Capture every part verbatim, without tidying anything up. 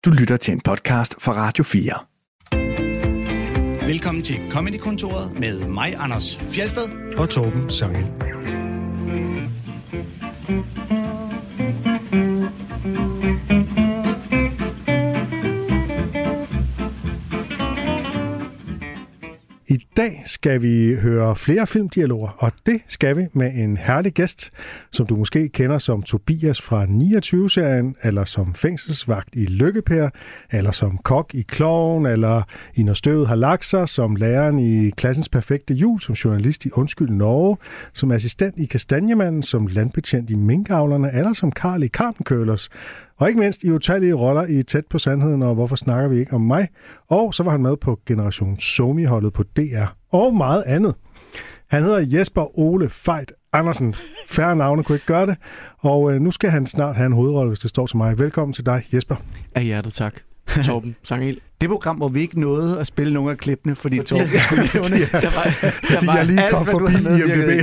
Du lytter til en podcast fra Radio fire. Velkommen til Comedy-kontoret med mig, Anders Fjeldsted og Torben Sangel. I dag skal vi høre flere filmdialoger, og det skal vi med en herlig gæst, som du måske kender som Tobias fra niogtyve-serien, eller som fængselsvagt i Lykke-Per, eller som kok i Klovn, eller i Når støvet har lagt sig, som læreren i Klassens perfekte jul, som journalist i Undskyld Norge, som assistent i Kastanjemanden, som landbetjent i Minkavlerne, eller som Karl i Karpenkølers. Og ikke mindst i utallige roller i Tæt på sandheden, og hvorfor snakker vi ikke om mig? Og så var han med på Generation Somi-holdet på D R, og meget andet. Han hedder Jesper Ole Fejt Andersen. Færre navne kunne ikke gøre det, og øh, nu skal han snart have en hovedrolle, hvis det står til mig. Velkommen til dig, Jesper. Af hjertet tak. Torben Sangel. Det program, hvor vi ikke nåede at spille nogle af klippene, fordi Torben skulle nævne. Der var, der fordi var jeg lige kom alt, forbi i M D B.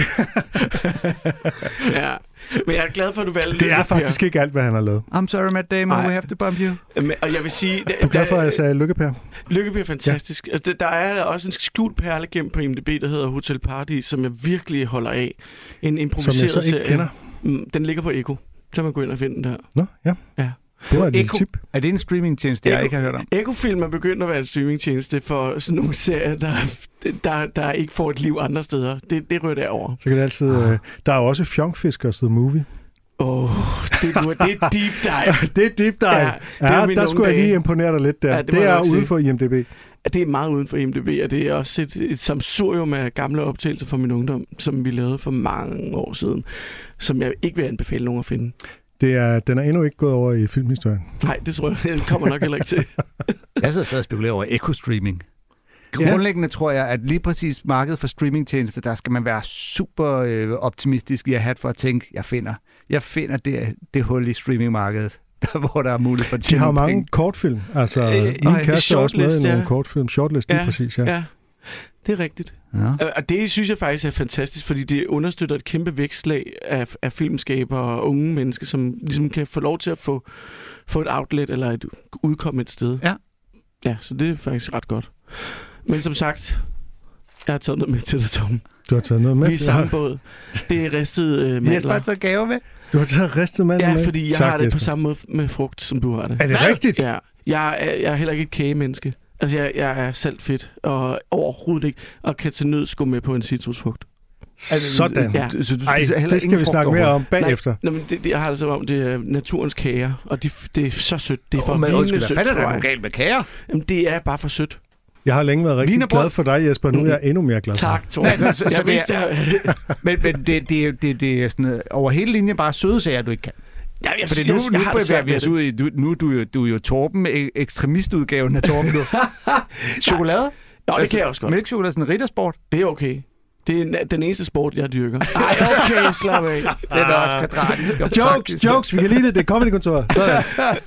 Ja, men jeg er glad for, at du valgte Det er faktisk ikke alt, hvad han har lavet. I'm sorry, Matt Damon, Ej. we have to bump you. Og jeg vil sige... Du er glad for, at jeg sagde Lykke-Per? Lykke-Per er fantastisk. Ja. Altså, der er også en skjult perle gennem på I M D B, der hedder Hotel Paradis, som jeg virkelig holder af. En improviseret som jeg så ikke serie. kender. Den ligger på Echo. Så man gå ind og finde den der. Nå, ja. Ja. Det var et lille Echo. tip. Er det en streamingtjeneste, jeg ikke har hørt om? Echo-film er begyndt at være en streamingtjeneste for sådan nogle serier, der, der, der ikke får et liv andre steder. Det, det rører derover. Så kan det altid... Øh, der er jo også Fjonkfiskers The Movie. Åh, oh, det, det er deep dive. Det er deep dive. Ja, Ja, ja der skulle jeg lige imponere dig lidt der. Ja, Ja, det det, må det jeg er nok uden sige. for I M D B. Det er meget uden for I M D B, og det er også et, et samsurium af gamle optagelser fra min ungdom, som vi lavede for mange år siden, som jeg ikke vil anbefale nogen at finde. Det er, den er endnu ikke gået over i filmhistorien. Nej, det tror jeg, det kommer nok heller ikke til. Jeg sidder stadig og spekulerer over eco-streaming. Grundlæggende tror jeg, at lige præcis markedet for streamingtjenester, der skal man være super øh, optimistisk i at have for at tænke, jeg finder, jeg finder det, det hul i streamingmarkedet, der, hvor der er mulighed for at De tjene har mange penge. kortfilm. Altså, Øh, min øh, kæreste er også med i shortlist, nogle ja. kortfilm. Shortlist, lige Ja, præcis, ja. Ja, det er rigtigt. Ja. Og det synes jeg faktisk er fantastisk, fordi det understøtter et kæmpe vækstlag af, af filmskabere og unge mennesker, som ligesom kan få lov til at få, få et outlet eller et udkomme et sted. Ja. Ja, så det er faktisk ret godt. Men som sagt, jeg har taget noget med til dig, Tom. Du har taget noget med. Vi er samme båd. Det er ristet øh, mandler. Jesper har taget gave med. Du har taget ristet mandler Ja, med? fordi jeg Tak, har det Jesper. på samme måde med frugt, som du har det. Er det rigtigt? Ja, jeg er, jeg er heller ikke et kagemenneske. Altså, jeg, jeg er saltfedt og overhovedet ikke, og kan til nød gå med på en citrusfrugt. Sådan. Ja. Så du Ej, spiser heller det skal ingen vi frugt snakke mere overhovedet? om bagefter. Nej, men det, det, jeg har det som om, det er naturens kager, og de, det er så sødt. Det er for Åh, men oh, undskyld, vildt sødt, hvad fanden er tror der jeg. galt med kager? Jamen, det er bare for sødt. Jeg har længe været rigtig Wienerbrød. glad for dig, Jesper. Nu er jeg endnu mere glad for Tak, dig. Tor. Nej, så- så- så jeg vil vidste, jeg- jeg... Men, men det, det, det, det er sådan øh, over hele linjen bare søde sager, du ikke kan. Ja, jeg, Fordi jeg, nu, jeg, jeg nu har det bevæger svært vi med os det. ud i, du, nu er du, jo- du er jo Torben, ek- ekstremistudgaven af Torben nu. Chokolade? Nå, det kan jeg også godt. Mælkechokolade er sådan en riddersport. Det er okay. Det er den eneste sport, jeg dyrker. Ej, okay, slap af. Den er også kvadratisk. og Jokes, praktisk. jokes. Vi kan lide det. Det er Comedy-kontoret. Sådan.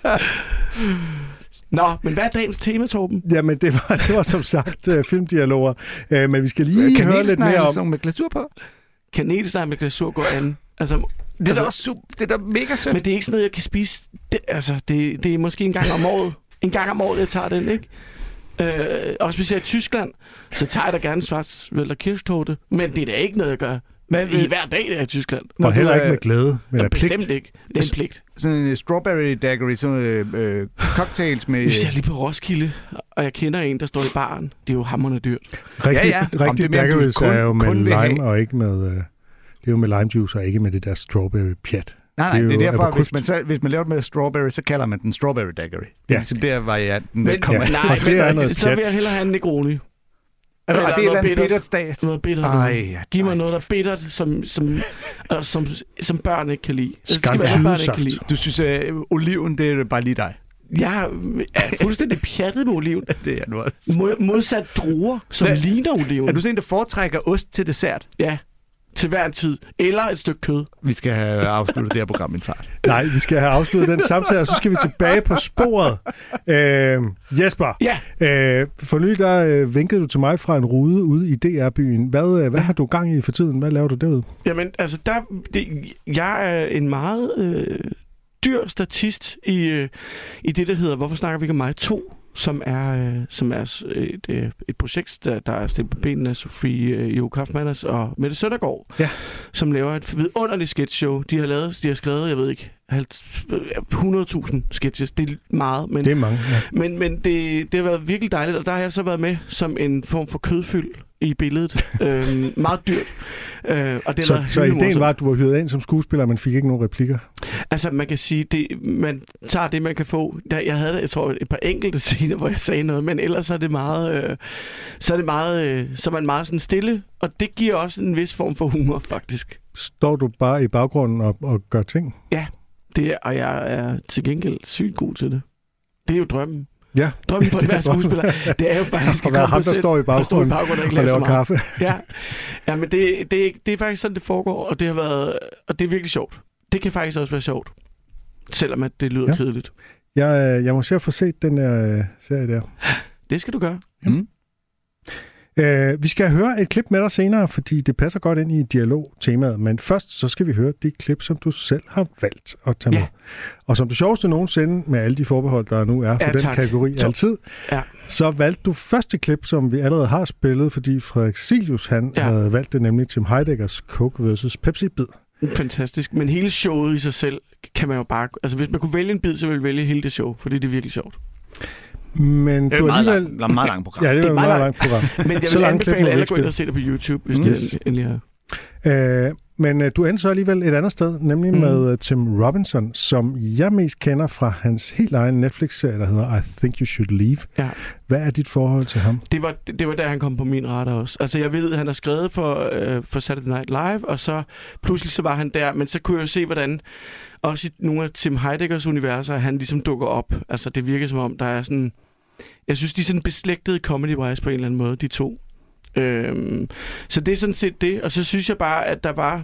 Nå, men hvad er dagens tema, Torben? Jamen, det var, det var som sagt uh, filmdialoger. Uh, men vi skal lige høre lidt mere om... Kanelsnegl med glasur på. Kanelsnegl med glasur går an. Altså, Det er da altså, også super, det er da mega sødt. men det er ikke sådan noget, jeg kan spise. Det, altså, det, det er måske en gang om året. En gang om året, jeg tager den, ikke? Øh, også hvis jeg er i Tyskland, så tager jeg da gerne Schwarzwälder Kirschtorte. Men det er da ikke noget, jeg gør Men, i hver dag, der er i Tyskland. Og heller du ikke er- med glæde, men af pligt. Bestemt ikke. Det er en pligt. Sådan en strawberry daiquiri, sådan øh, øh, cocktails med... Hvis jeg er lige på Roskilde, og jeg kender en, der står i baren, det er jo hammerende dyrt. Rigtig, Ja, ja. Om rigtig det er mere, du daiquiris kun- er jo med kun vil lime have. og ikke med... Uh, det er jo med lime juice og ikke med det der strawberry pjat. Nej, nej, Det er det er jo derfor, at aprikos. hvis man, så, hvis man laver det med strawberry, så kalder man den strawberry daiquiri. Det er Ja. ligesom der varianten, Men, der kommer. ja. nej, Og det er men, noget så vil pjat. jeg hellere have en Negroni. Og det er et eller andet bittert. bittert stat. Noget bittert. Ej, noget. ja, Giv mig ej. noget, der er bittert, som, som, øh, som, som børn ikke kan lide. Det skal være, børn ikke kan lide. Du synes, at oliven, det er bare lige dig. Jeg er fuldstændig pjattet med oliven. Det er nu også. Mod- Modsat druer, som Hvad? ligner oliven. Er du sådan en, der foretrækker ost til dessert? Ja, til hver en tid. Eller et stykke kød. Vi skal have afsluttet det her program i en fart. Nej, vi skal have afsluttet den samtale, og så skal vi tilbage på sporet. Øh, Jesper, Ja. øh, for nylig der øh, vinkede du til mig fra en rude ude i D R-byen. Hvad, øh, hvad har du gang i for tiden? Hvad laver du derude? Jamen, altså, der, det, jeg er en meget øh, dyr statist i, øh, i det, der hedder Hvorfor snakker vi ikke om mig to, som er, øh, som er et, øh, et projekt, der, der er stemt på benene af Sofie øh, Jo Kaufmanners og Mette Søndergaard, ja. Som laver et vidunderligt sketchshow. De har lavet, de har skrevet, jeg ved ikke, hundrede tusind sketches. Det er meget, men, det er mange, ja. men, men det, det har været virkelig dejligt, og der har jeg så været med som en form for kødfyld i billedet. øhm, meget dyrt. Øh, og det så var så ideen morsom. Var, at du var hyret ind som skuespiller, men fik ikke nogen replikker? Altså, man kan sige, det, man tager det, man kan få. Der, jeg havde, jeg tror, et par enkelte scener, hvor jeg sagde noget, men ellers er det meget, øh, så er det meget, øh, så er man meget sådan stille, og det giver også en vis form for humor, faktisk. Står du bare i baggrunden og, og gør ting? Ja, det er, og jeg er til gengæld sygt god til det. Det er jo drømmen. Ja. Drømmen for enhver skuespiller. Det er jo faktisk at være ham, der står i baggrunden og, og laver kaffe. Ja, ja, men det, det, det er faktisk sådan, det foregår, og det har været, og det er virkelig sjovt. Det kan faktisk også være sjovt, selvom at det lyder ja. kedeligt. Jeg, jeg må se at få set den der serie der. Det skal du gøre. Mm. Uh, vi skal høre et klip med dig senere, fordi det passer godt ind i dialog-temaet. Men først så skal vi høre de klip, som du selv har valgt at tage med. Ja. Og som det sjoveste nogensinde med alle de forbehold, der nu er for ja, den tak. kategori så. altid, ja. så valgte du første klip, som vi allerede har spillet, fordi Frederik Silius, han ja. havde valgt det, nemlig Tim Heideggers Coke versus Pepsi-bid. Fantastisk. Men hele showet i sig selv kan man jo bare... Altså hvis man kunne vælge en bid, så ville jeg vælge hele det show, fordi det er virkelig sjovt. Men det er et meget, alligevel... lang, meget langt program. Ja, det er, det er et meget langt program. Men jeg vil anbefale alle at gå ind og se det på YouTube, hvis yes. det endelig er. Øh, men uh, du endte så alligevel et andet sted, nemlig mm. med uh, Tim Robinson, som jeg mest kender fra hans helt egen Netflix-serie, der hedder I Think You Should Leave. Ja. Hvad er dit forhold til ham? Det var, det var der, han kom på min radar også. Altså, jeg ved, at han har skrevet for, øh, for Saturday Night Live, og så pludselig så var han der, men så kunne jeg jo se, hvordan også i nogle af Tim Heideggers universer, han ligesom dukker op. Altså, det virker som om, der er sådan... Jeg synes, de er sådan beslægtede comedy-wise på en eller anden måde, de to. Øhm, så det er sådan set det. Og så synes jeg bare, at der var...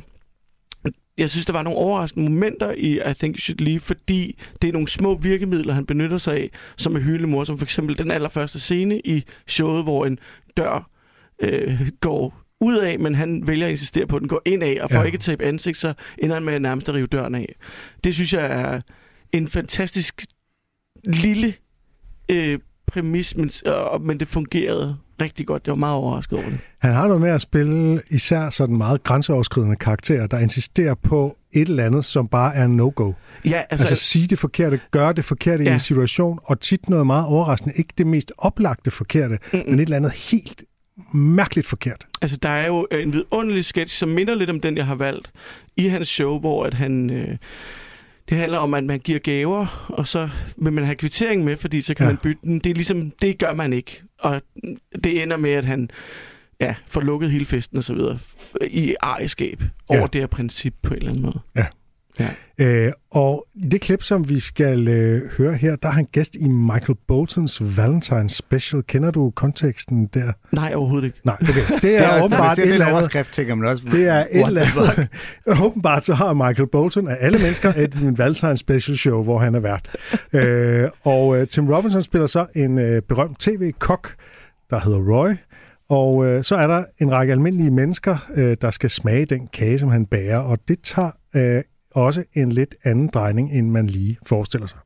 Jeg synes, der var nogle overraskende momenter i I Think You Should Leave, fordi det er nogle små virkemidler, han benytter sig af, som er hyldemor, som for eksempel den allerførste scene i showet, hvor en dør øh, går ud af, men han vælger at insistere på, at den går ind af, og for ja. ikke at tabe ansigt, så ender han med nærmest at rive døren af. Det synes jeg er en fantastisk lille øh, præmis, men, øh, men det fungerede rigtig godt. Jeg var meget overrasket over det. Han har noget med at spille især sådan meget grænseoverskridende karakterer, der insisterer på et eller andet, som bare er no-go. Ja, altså, altså sige det forkerte, gøre det forkerte ja. i en situation, og tit noget meget overraskende. Ikke det mest oplagte forkerte, Mm-mm. men et eller andet helt mærkeligt forkert. Altså, der er jo en vidunderlig sketch, som minder lidt om den, jeg har valgt i hans show, hvor at han... Øh, det handler om, at man giver gaver, og så vil man have kvittering med, fordi så kan ja. man bytte den. Det er ligesom, det gør man ikke. Og det ender med, at han ja, får lukket hele festen og så videre i ejerskab over ja. det her princip på en eller anden måde. Ja. Ja. Øh, og i det klip, som vi skal øh, høre her, der er han gæst i Michael Boltons Valentine Special. Kender du konteksten der? Nej, overhovedet ikke. Nej, okay. Det er, er åbenbart et eller andet. Tænker man også, det er et eller andet. Åbenbart så har Michael Bolton af alle mennesker et Valentine Special show, hvor han er vært. øh, og øh, Tim Robinson spiller så en øh, berømt tv-kok, der hedder Roy. Og øh, så er der en række almindelige mennesker, øh, der skal smage den kage, som han bager. Og det tager... Øh, også en lidt anden drejning, end man lige forestiller sig.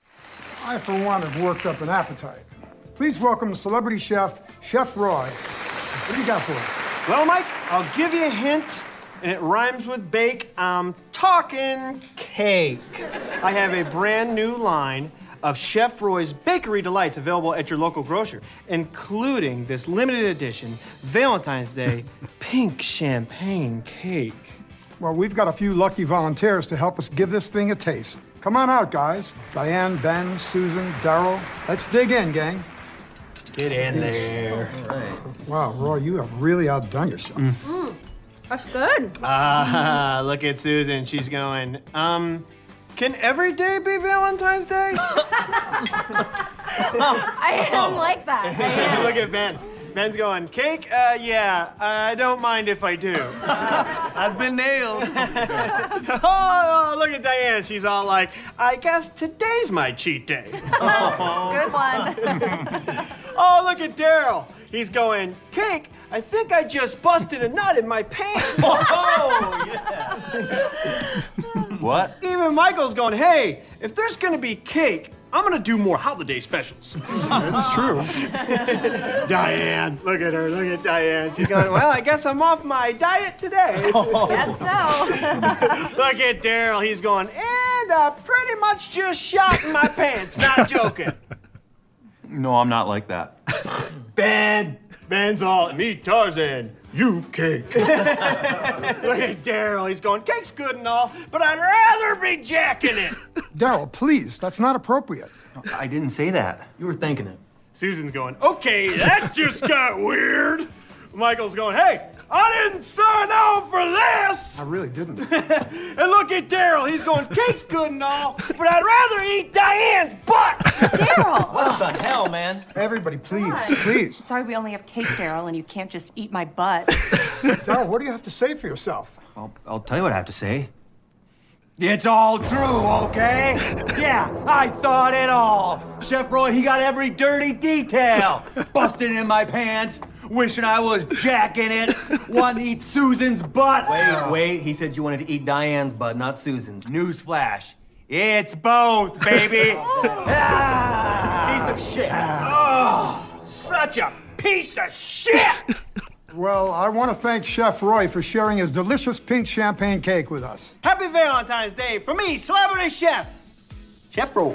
I, for one, have worked up an appetite. Please welcome celebrity chef, Chef Roy. What do you got for us? Well, Mike, I'll give you a hint, and it rhymes with bake. I'm talking cake. I have a brand new line of Chef Roy's Bakery Delights available at your local grocer, including this limited edition Valentine's Day pink champagne cake. Well, we've got a few lucky volunteers to help us give this thing a taste. Come on out, guys. Diane, Ben, Susan, Daryl. Let's dig in, gang. Get in there. All right. Wow, Roy, you have really outdone yourself. Mm. Mm, that's good. Ah, uh, look at Susan. She's going, um, can every day be Valentine's Day? oh. I am oh. like that. I am. Look at Ben. Ben's going, cake? Uh, yeah, I don't mind if I do. I've been nailed. oh, look at Diane. She's all like, I guess today's my cheat day. Good one. oh, look at Daryl. He's going, cake? I think I just busted a nut in my pants. oh, yeah. What? Even Michael's going, hey, if there's gonna be cake, I'm gonna do more holiday specials. That's true. Diane, look at her, look at Diane. She's going, well, I guess I'm off my diet today. Guess so. Look at Daryl, he's going, and I pretty much just shot in my pants, not joking. No, I'm not like that. Ben, Ben's all, me Tarzan, you cake. Look at Daryl, he's going, cake's good and all, but I'd rather be jacking it. Daryl, please, that's not appropriate. I didn't say that. You were thinking it. Susan's going, okay, that just got weird. Michael's going, hey, I didn't sign on for this. I really didn't. And look at Daryl, he's going, cake's good and all, but I'd rather eat Diane's butt. Daryl! What the hell, man? Everybody, please, God. please. Sorry we only have cake, Daryl, and you can't just eat my butt. Daryl, what do you have to say for yourself? I'll, I'll tell you what I have to say. It's all true, okay? Yeah, I thought it all. Chef Roy, he got every dirty detail. Busting in my pants, wishing I was jacking it, wanting to eat Susan's butt. Wait, wait. He said you wanted to eat Diane's butt, not Susan's. Newsflash. It's both, baby. Piece of shit. Oh, such a piece of shit. Well, I want to thank Chef Roy for sharing his delicious pink champagne cake with us. Happy Valentine's Day from me, Celebrity Chef. Chef Roy.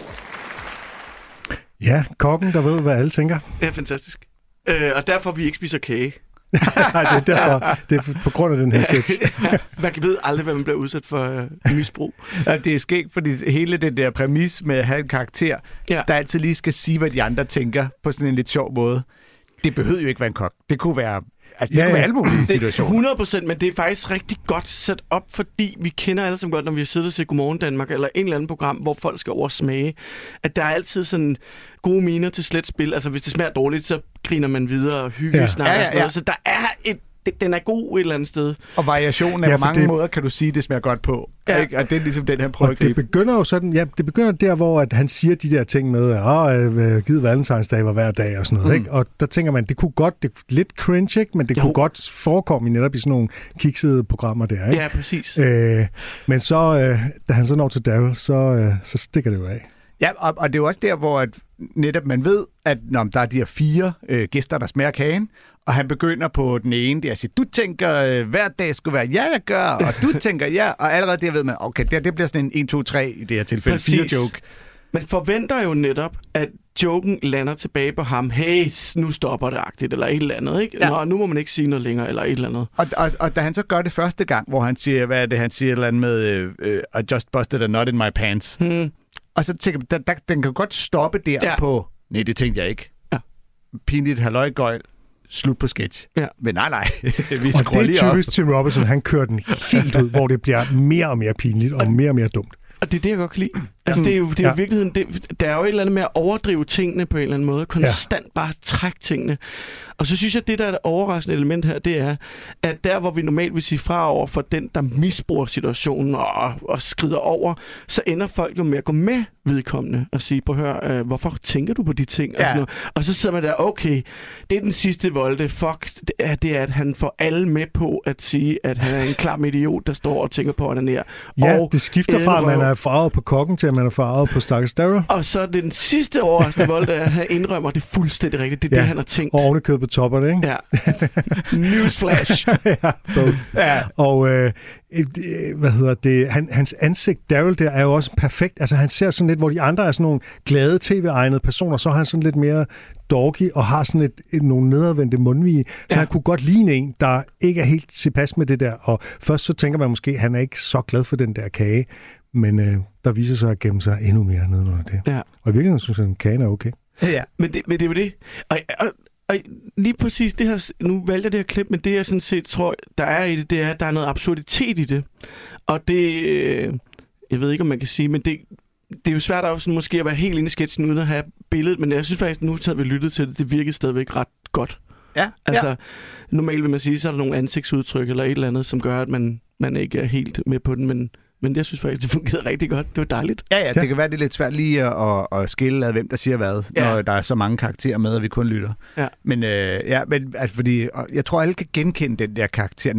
Ja, kokken, der ved, hvad alle tænker. Det er fantastisk. Øh, og derfor vi ikke spiser kage. Nej, det er derfor. Det er på grund af den her sketch. Man ved aldrig, hvad man bliver udsat for øh, misbrug. Ja, det er skægt, fordi hele den der præmis med at have en karakter, Ja. der altid lige skal sige, hvad de andre tænker på sådan en lidt sjov måde. Det behøver jo ikke være en kok. Det kunne være, altså, det Ja, kunne være ja. alle mulige Det er situationer. hundrede procent, men det er faktisk rigtig godt sat op, fordi vi kender alle sammen godt, når vi har siddet og set Godmorgen Danmark, eller en eller anden program, hvor folk skal oversmage, at der er altid sådan gode miner til slet spil. Altså, hvis det smager dårligt, så griner man videre og hygge Ja. snakker Ja, ja, og sådan noget. ja. Så der er et, det, den er god et eller andet sted. Og variationen af, Ja, hvor for mange det- måder kan du sige, det smager godt på. Ja. Ja. Ikke? Og det er ligesom den, han prøver Og at det gribe. begynder jo sådan, ja, det begynder der, hvor at han siger de der ting med, at åh, givet valentinsdag var hver dag og sådan noget, mm. ikke? Og der tænker man, det kunne godt, det er lidt cringe, ikke? Men det Jo. kunne godt forekomme i netop i sådan nogle kiksede programmer der, ikke? Ja, præcis. Øh, men så, øh, da han så når til Daryl, så, øh, så stikker det jo af. Ja, og, og det er jo også der, hvor at netop man ved, at når der er de her fire øh, gæster, der smager kagen, og han begynder på den ene, det er at sige, du tænker, øh, hver dag skulle være, ja, jeg gør, og du tænker, ja, og allerede der ved man, okay, det, det bliver sådan en en, to, tre i det her tilfælde, Præcis. fire joke. Man forventer jo netop, at joken lander tilbage på ham. Hey, nu stopper det agtigt, eller et eller andet, ikke? Ja. Nå, nu må man ikke sige noget længere, eller et eller andet. Og, og, og da han så gør det første gang, hvor han siger, hvad er det, han siger et eller andet med, øh, øh, I just busted a nut in my pants. Hmm. Og så tænker man, der, der, den kan godt stoppe der Ja. ja. på, nej, det tænkte jeg ikke. Ja. Pinligt halløjgøjl, slut på sketch. Ja. Men nej, nej, vi Og skruer det lige er op. typisk Tim Robinson, han kører den helt ud, hvor det bliver mere og mere pinligt og mere og mere dumt. Og det er det, jeg godt kan lide. Altså, det er jo, det er jo Ja. virkeligheden, det, der er jo et eller andet med at overdrive tingene på en eller anden måde. Konstant ja. bare trække tingene. Og så synes jeg, at det, der er det overraskende element her, det er, at der, hvor vi normalt vil sige fra over for den, der misbruger situationen og, og skrider over, så ender folk jo med at gå med vedkommende og sige, prøv at høre, øh, hvorfor tænker du på de ting? Og, Ja. sådan noget. Og så sidder man der, okay, det er den sidste volde. Fuck, det er, det er, at han får alle med på at sige, at han er en klam idiot, der står og tænker på, at han er. Ja, og det skifter fra, at man ædelrøv. er farvet på kokken, til at man er farvet på Stakkels Daryl. Og så er det den sidste overraskende vold, at han indrømmer, det er fuldstændig rigtigt. Det er Ja. det, han har tænkt. Og ovenikøbet på topper det, ikke? Ja. Newsflash. ja, both. Ja. Og øh, øh, hvad hedder det? Han, hans ansigt, Daryl, der er jo også perfekt. Altså, han ser sådan lidt, hvor de andre er sådan nogle glade tv-egnede personer, så er han sådan lidt mere doggy og har sådan et, et nogle nedadvendte mundvige. Så Ja. ja. han kunne godt ligne en, der ikke er helt tilpas med det der. Og først så tænker man måske, at han er ikke så glad for den der kage, men øh, der viser sig at gemme sig endnu mere nedenunder det. Ja. Og i virkeligheden synes jeg, at kagen er okay. Ja. Men det, men det er jo det. Og, og, og lige præcis det her, nu valgte jeg det her klip, men det jeg sådan set tror, der er i det, det er, at der er noget absurditet i det. Og det, øh, jeg ved ikke, om man kan sige, men det, det er jo svært at, sådan, måske at være helt inde i sketchen uden at have billedet, men jeg synes faktisk, nu tager vi lyttet til det, det virkede stadigvæk ret godt. Ja, Altså, ja. normalt vil man sige, så er der nogle ansigtsudtryk eller et eller andet, som gør, at man, man ikke er helt med på den, men, men jeg synes faktisk, det fungerede rigtig godt. Det var dejligt. Ja, ja, det kan være, det er lidt svært lige at, at skille af, hvem der siger hvad, Ja. når der er så mange karakterer med, og vi kun lytter. Ja. Men, øh, ja, men altså, fordi, og jeg tror, alle kan genkende den der karakter netop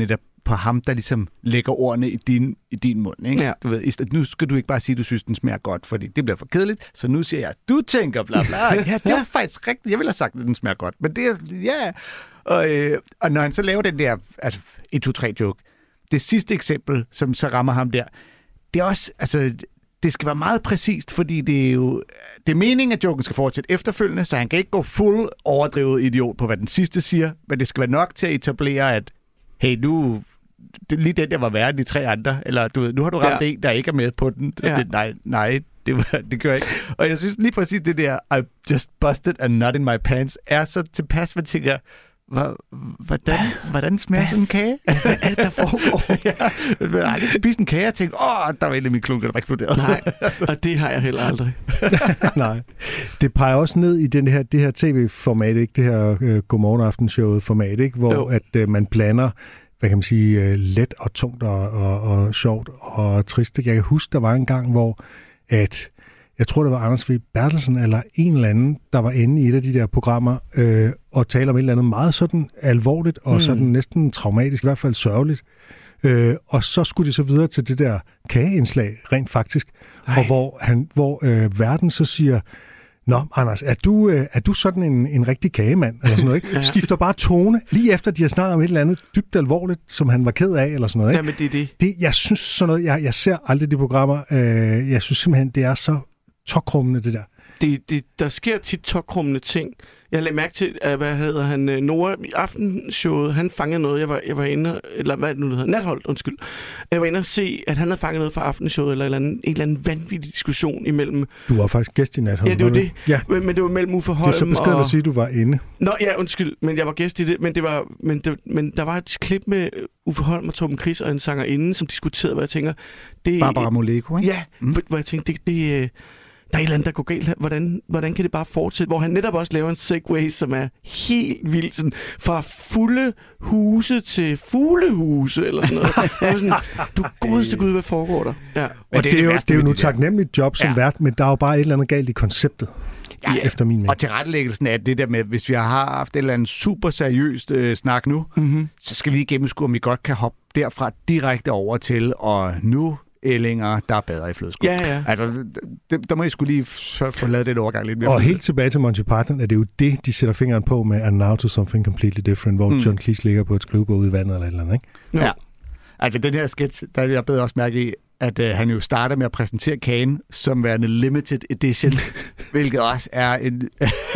på ham, der ligesom lægger ordene i din, i din mund. Ikke? Ja. Du ved, i stedet- nu skal du ikke bare sige, at du synes, den smager godt, fordi det bliver for kedeligt. Så nu siger jeg, du tænker bla bla. Ja, det er faktisk rigtigt. Jeg ville have sagt, at den smager godt. Men det er, ja. Og, øh, og når han så laver den der, altså et, to, tre joke, det sidste eksempel, som så rammer ham der, det er også, altså, det skal være meget præcist, fordi det er jo, det er meningen, at joken skal fortsætte efterfølgende, så han kan ikke gå fuld overdrevet idiot på, hvad den sidste siger, men det skal være nok til at etablere, at hey, nu, det er lige den, der var værre end de tre andre, eller du ved, nu har du ramt Ja. en, der ikke er med på den. Ja. Det, nej, nej, det, var, det gør jeg ikke. Og jeg synes lige præcis, det der, I just busted a nut in my pants, er så tilpas, man tænker, Hvor- Hvordan, hvordan smager sådan en kage? Hvad er det, der foregår? ja, jeg har aldrig spist en kage og tænkt, åh, der var en af mine klunker, der var eksploderet. Nej, og det har jeg heller aldrig. Nej. Det peger også ned i den her, det her tv-format, ikke? Det her øh, Godmorgen Aftenshowet format, ikke? Hvor Jo. at øh, man blander, hvad kan man sige, øh, let og tungt og, og, og sjovt og trist. Jeg kan huske, der var en gang, hvor at jeg tror, det var Anders V. Bertelsen eller en eller anden, der var inde i et af de der programmer øh, og taler om et eller andet meget sådan alvorligt og mm. sådan næsten traumatisk, i hvert fald sørgeligt. Øh, og så skulle de så videre til det der kageindslag, rent faktisk, og hvor, han, hvor øh, verden så siger, nå, Anders, er du, øh, er du sådan en, en rigtig kagemand? Eller sådan noget, ikke? Ja. Skifter bare tone, lige efter de har snakket om et eller andet dybt alvorligt, som han var ked af, eller sådan noget. Ikke? Jamen, det er det. Det, jeg synes sådan noget, jeg, jeg ser aldrig de programmer, øh, jeg synes simpelthen, det er så tokrummende, det der. Det, det, der sker tit tokrummende ting. Jeg lagde mærke til, at, hvad hedder han, Nora i aftenshowet, han fangede noget, jeg var, jeg var inde, eller hvad er det nu, det hedder, Natholdt, undskyld. Jeg var inde og se, at han havde fanget noget fra aftenshowet, eller en eller anden, en eller anden vanvittig diskussion imellem. Du var faktisk gæst i Natholdet. Ja, det var det. Ja. Men, men det var mellem Uffe Holm Det er så beskeden og... at sige, at du var inde. Nå, ja, undskyld, men jeg var gæst i det, men, det var, men, det, men der var et klip med Uffe Holm og Torben Chris og en sangerinde, som diskuterede, hvor jeg tænker... Det, Barbara Moleko, ikke? Ja, mm. hvor jeg tænkte, det, det, øh, der er et eller andet, der går galt her. Hvordan, hvordan kan det bare fortsætte? Hvor han netop også laver en segway, som er helt vild. Sådan, fra fulde huse til fuglehuse, eller sådan noget. Jeg var sådan, du godeste gud, hvad foregår der? Ja. Og det, det er jo, det er jo nu taknemmeligt job som Ja. vært, men der er jo bare et eller andet galt i konceptet, Ja, ja. efter min mening. Og tilrettelæggelsen af det der med, hvis vi har haft et eller andet super seriøst øh, snak nu, Mm-hmm. så skal vi lige gennemskue, om vi godt kan hoppe derfra direkte over til, og nu ællinger, der er bedre i flødeskum. Ja, ja. Altså, det, der må I skulle lige f- få lavet den overgang lidt mere. Og helt tilbage til Monty Python er det jo det, de sætter fingeren på med And Now to Something Completely Different, hvor mm. John Cleese ligger på et skrivebord ude i vandet eller et eller andet, ikke? Jo. Ja. Altså, den her sketch, der er jeg bedre også mærke i, at øh, han jo starter med at præsentere kagen som værende limited edition, hvilket også er en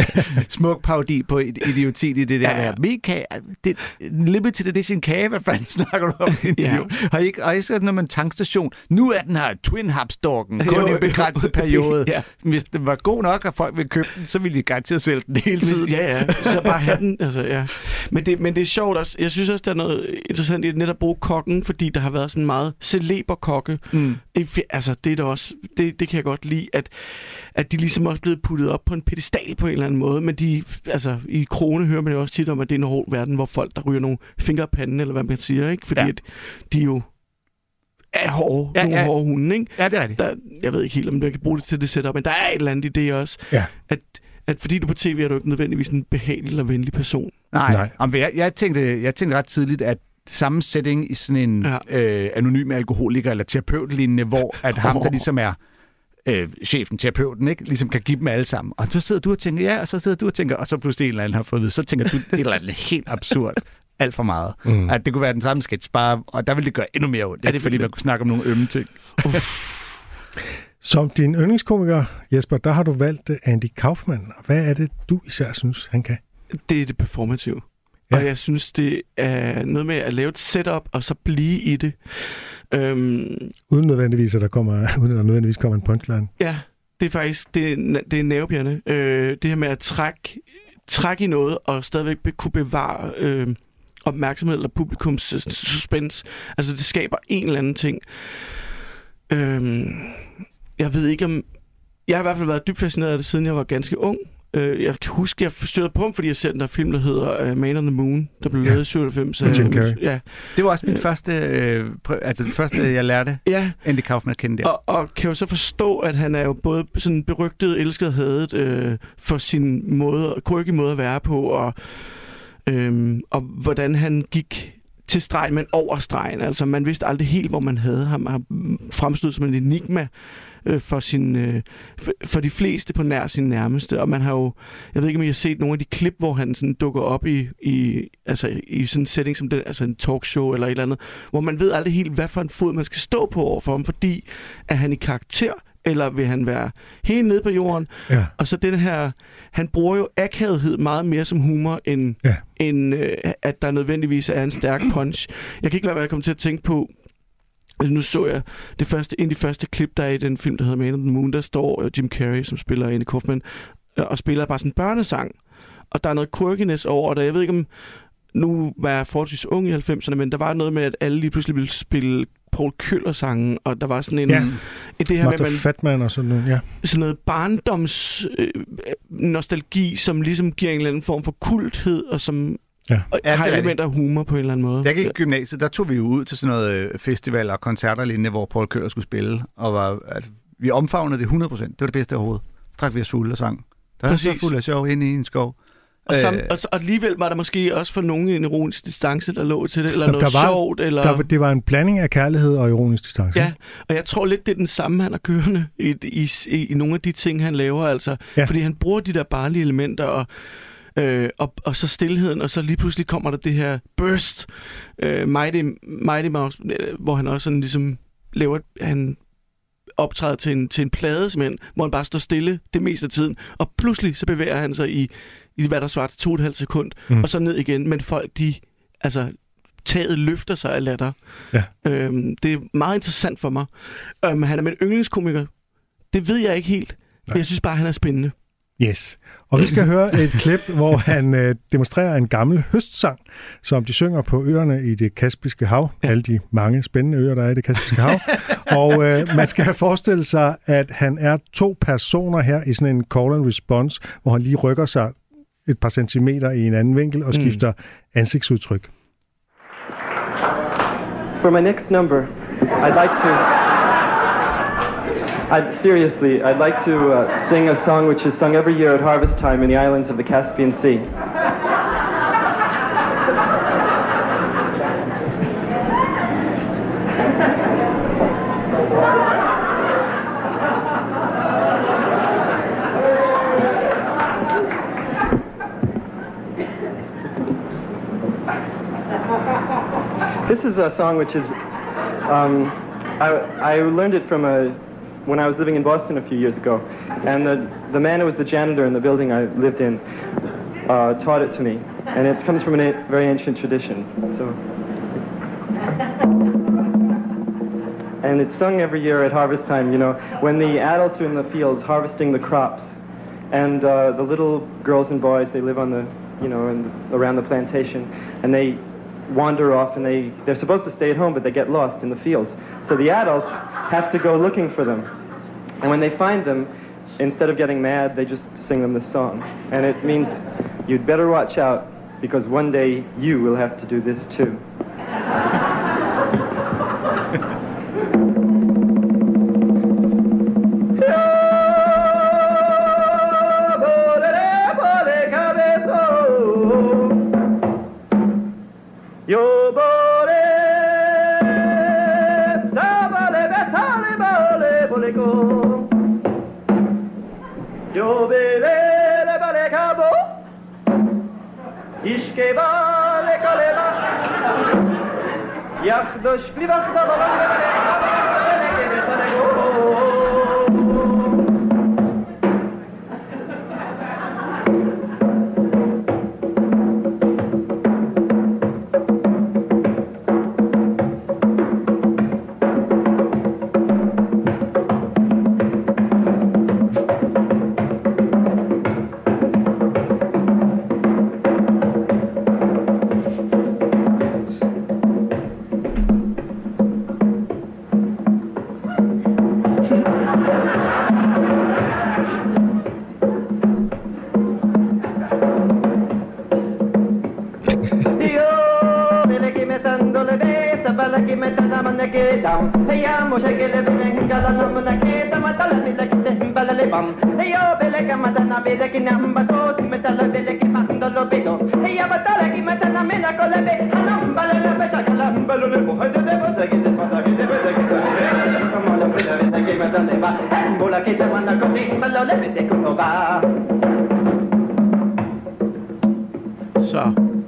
smuk parodi på et idioti i det der. Ja. Der. Min kage, det er en limited edition kage, hvad fanden snakker du om? Ja. Har I ikke, har I ikke sådan noget med en tankstation? Nu er den her Twin Hub-storken kun Jo, i en begrænset periode. Ja. Hvis den var god nok, at folk ville købe den, så ville de garanteret sælge den hele tiden. Ja, ja. Så bare have den. Altså, ja. men, det, men det er sjovt også. Jeg synes også, der er noget interessant i at netop bruge kokken, fordi der har været sådan meget celeber kokke. Mm. Altså, det er da også, det, det kan jeg godt lide, at, at de ligesom også er blevet puttet op på en pedestal på en eller anden måde, men de, altså, i Krone hører man jo også tit om, at det er en hård verden, hvor folk, der ryger nogle fingre af panden, eller hvad man siger, ikke? Fordi Ja. at de jo er hårde, Ja, nogle ja. hårde hunde, ikke? Ja, det er rigtigt. Der, jeg ved ikke helt, om man kan bruge det til det setup, men der er et eller andet i det også, Ja. at, at fordi du er på tv, er du ikke nødvendigvis en behagelig eller venlig person. Nej, Nej. Nej. Jeg, jeg, tænkte, jeg tænkte ret tidligt, at samme setting i sådan en Ja. øh, anonym alkoholiker eller terapeutlignende, hvor at ham, der ligesom er øh, chefen, terapeuten, ikke, ligesom kan give dem alle sammen. Og så sidder du og tænker, ja, og så sidder du og tænker, og så pludselig en eller anden har fået at vide, så tænker du et eller andet helt absurd, alt for meget. Mm. At det kunne være den samme sketch, bare, og der ville det gøre endnu mere ondt, Ja, det ikke? Fordi ville man kunne snakke om nogle ømme ting. Som din yndlingskomiker, Jesper, der har du valgt øh, Andy Kaufman. Hvad er det, du især synes, han kan? Det er det performative. Ja. Ja. Og jeg synes, det er noget med at lave et setup, og så blive i det. Øhm, Uden nødvendigvis, at der, kommer, uden at der nødvendigvis kommer en punchline. ja, det er faktisk det er, det er nervepirrende. Øh, det her med at trække, trække i noget, og stadigvæk be, kunne bevare øh, opmærksomhed eller publikums øh, suspense. Altså, det skaber en eller anden ting. Øh, jeg ved ikke om... Jeg har i hvert fald været dybt fascineret af det, siden jeg var ganske ung. Uh, jeg kan huske, jeg forstyrrede på ham, fordi jeg ser den der film, der hedder uh, Man on the Moon, der blev lavet i syvoghalvfems. Med Jim Carrey. Ja. Det var også min første, øh, prøv, altså det første, jeg lærte, Ja, Andy Kaufman at kende der. og, og kan jo så forstå, at han er jo både sådan berygtet, elsket og hadet øh, for sin måde, quirky måde at være på, og, øh, og hvordan han gik til stregen, men over stregen. Altså, man vidste aldrig helt, hvor man havde ham. Han fremstod som en enigma øh, for, sin, øh, for, for de fleste på nær sin nærmeste. Og man har jo, jeg ved ikke, om I har set nogle af de klip, hvor han sådan dukker op i, i, altså, i sådan en setting som den, altså en talkshow eller et eller andet, hvor man ved aldrig helt, hvad for en fod man skal stå på overfor ham, fordi er han i karakter, eller vil han være helt nede på jorden? Ja. Og så den her, han bruger jo akavethed meget mere som humor, end, ja. end øh, at der nødvendigvis er en stærk punch. Jeg kan ikke lade være at komme til at tænke på, altså nu så jeg det første, en af de første klip, der er i den film, der hedder Man on the Moon, der står Jim Carrey, som spiller Andy Kaufman, og spiller bare sådan en børnesang. Og der er noget quirkiness over det. Jeg ved ikke om, nu var jeg forholdsvis ung i halvfemserne, men der var noget med, at alle lige pludselig ville spille Paul Køller-sangen, og der var sådan en... Ja. Det her Master med, man, Fatman og sådan noget, ja. Sådan noget barndoms øh, nostalgi, som ligesom giver en eller anden form for kulthed, og som ja. og ja, har elementer af humor på en eller anden måde. Da jeg gik i gymnasiet, der tog vi jo ud til sådan noget festivaler og koncerter lignende, hvor Paul Køller skulle spille, og var, altså, vi omfavnede det hundrede procent. Det var det bedste overhovedet. Så trak vi os fulde og sang. Der var så fuld af sjov inde i en skov. Og, sam, og, og alligevel var der måske også for nogen en ironisk distance, der lå til det, eller der, noget der var, sjovt. Eller... Der, det var en blanding af kærlighed og ironisk distance. Ja, og jeg tror lidt, det er den samme, han er kørende i, i, i, i nogle af de ting, han laver. Altså, ja. Fordi han bruger de der barnlige elementer, og, øh, og, og så stillheden, og så lige pludselig kommer der det her burst, øh, Mighty, Mighty Mouse, hvor han også sådan ligesom laver... Han, optræder til en, til en plade, simpelthen, hvor han bare står stille det meste af tiden, og pludselig så bevæger han sig i, i hvad der svarer til to og et halvt sekund, mm. og så ned igen, men folk, de, altså, taget løfter sig af latter. Ja. Øhm, det er meget interessant for mig. Øhm, han er min yndlingskomiker. Det ved jeg ikke helt, men jeg synes bare, han er spændende. Yes. Og vi skal høre et klip, hvor han øh, demonstrerer en gammel høstsang, som de synger på øerne i det Kaspiske Hav. Ja. Alle de mange spændende øer, der er i det Kaspiske Hav. Og øh, man skal have forestillet sig, at han er to personer her i sådan en call and response, hvor han lige rykker sig et par centimeter i en anden vinkel og skifter mm. ansigtsudtryk. For my next number, I'd like to... I'd, seriously, I'd like to uh, sing a song which is sung every year at harvest time in the islands of the Caspian Sea. This is a song which is, um, I, I learned it from a when I was living in Boston a few years ago, and the, the man who was the janitor in the building I lived in uh, taught it to me, and it comes from a very ancient tradition. So, and it's sung every year at harvest time, you know, when the adults are in the fields harvesting the crops, and uh, the little girls and boys, they live on the, you know, in, around the plantation, and they wander off, and they, they're supposed to stay at home, but they get lost in the fields. So the adults have to go looking for them. And when they find them, instead of getting mad, they just sing them this song. And it means you'd better watch out, because one day you will have to do this too. Hey, dónde va. Angola que te manda conmigo, me lo debes de cómo va. Så.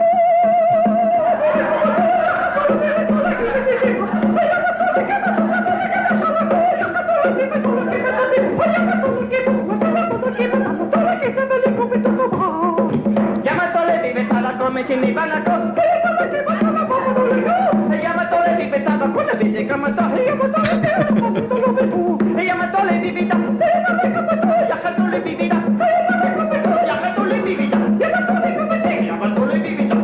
Come ci mi vanno a con e chiamato le ripetata con la vede chiamato e chiamato e chiamato le vivita e chiamato le vivita e chiamato le vivita e chiamato le vivita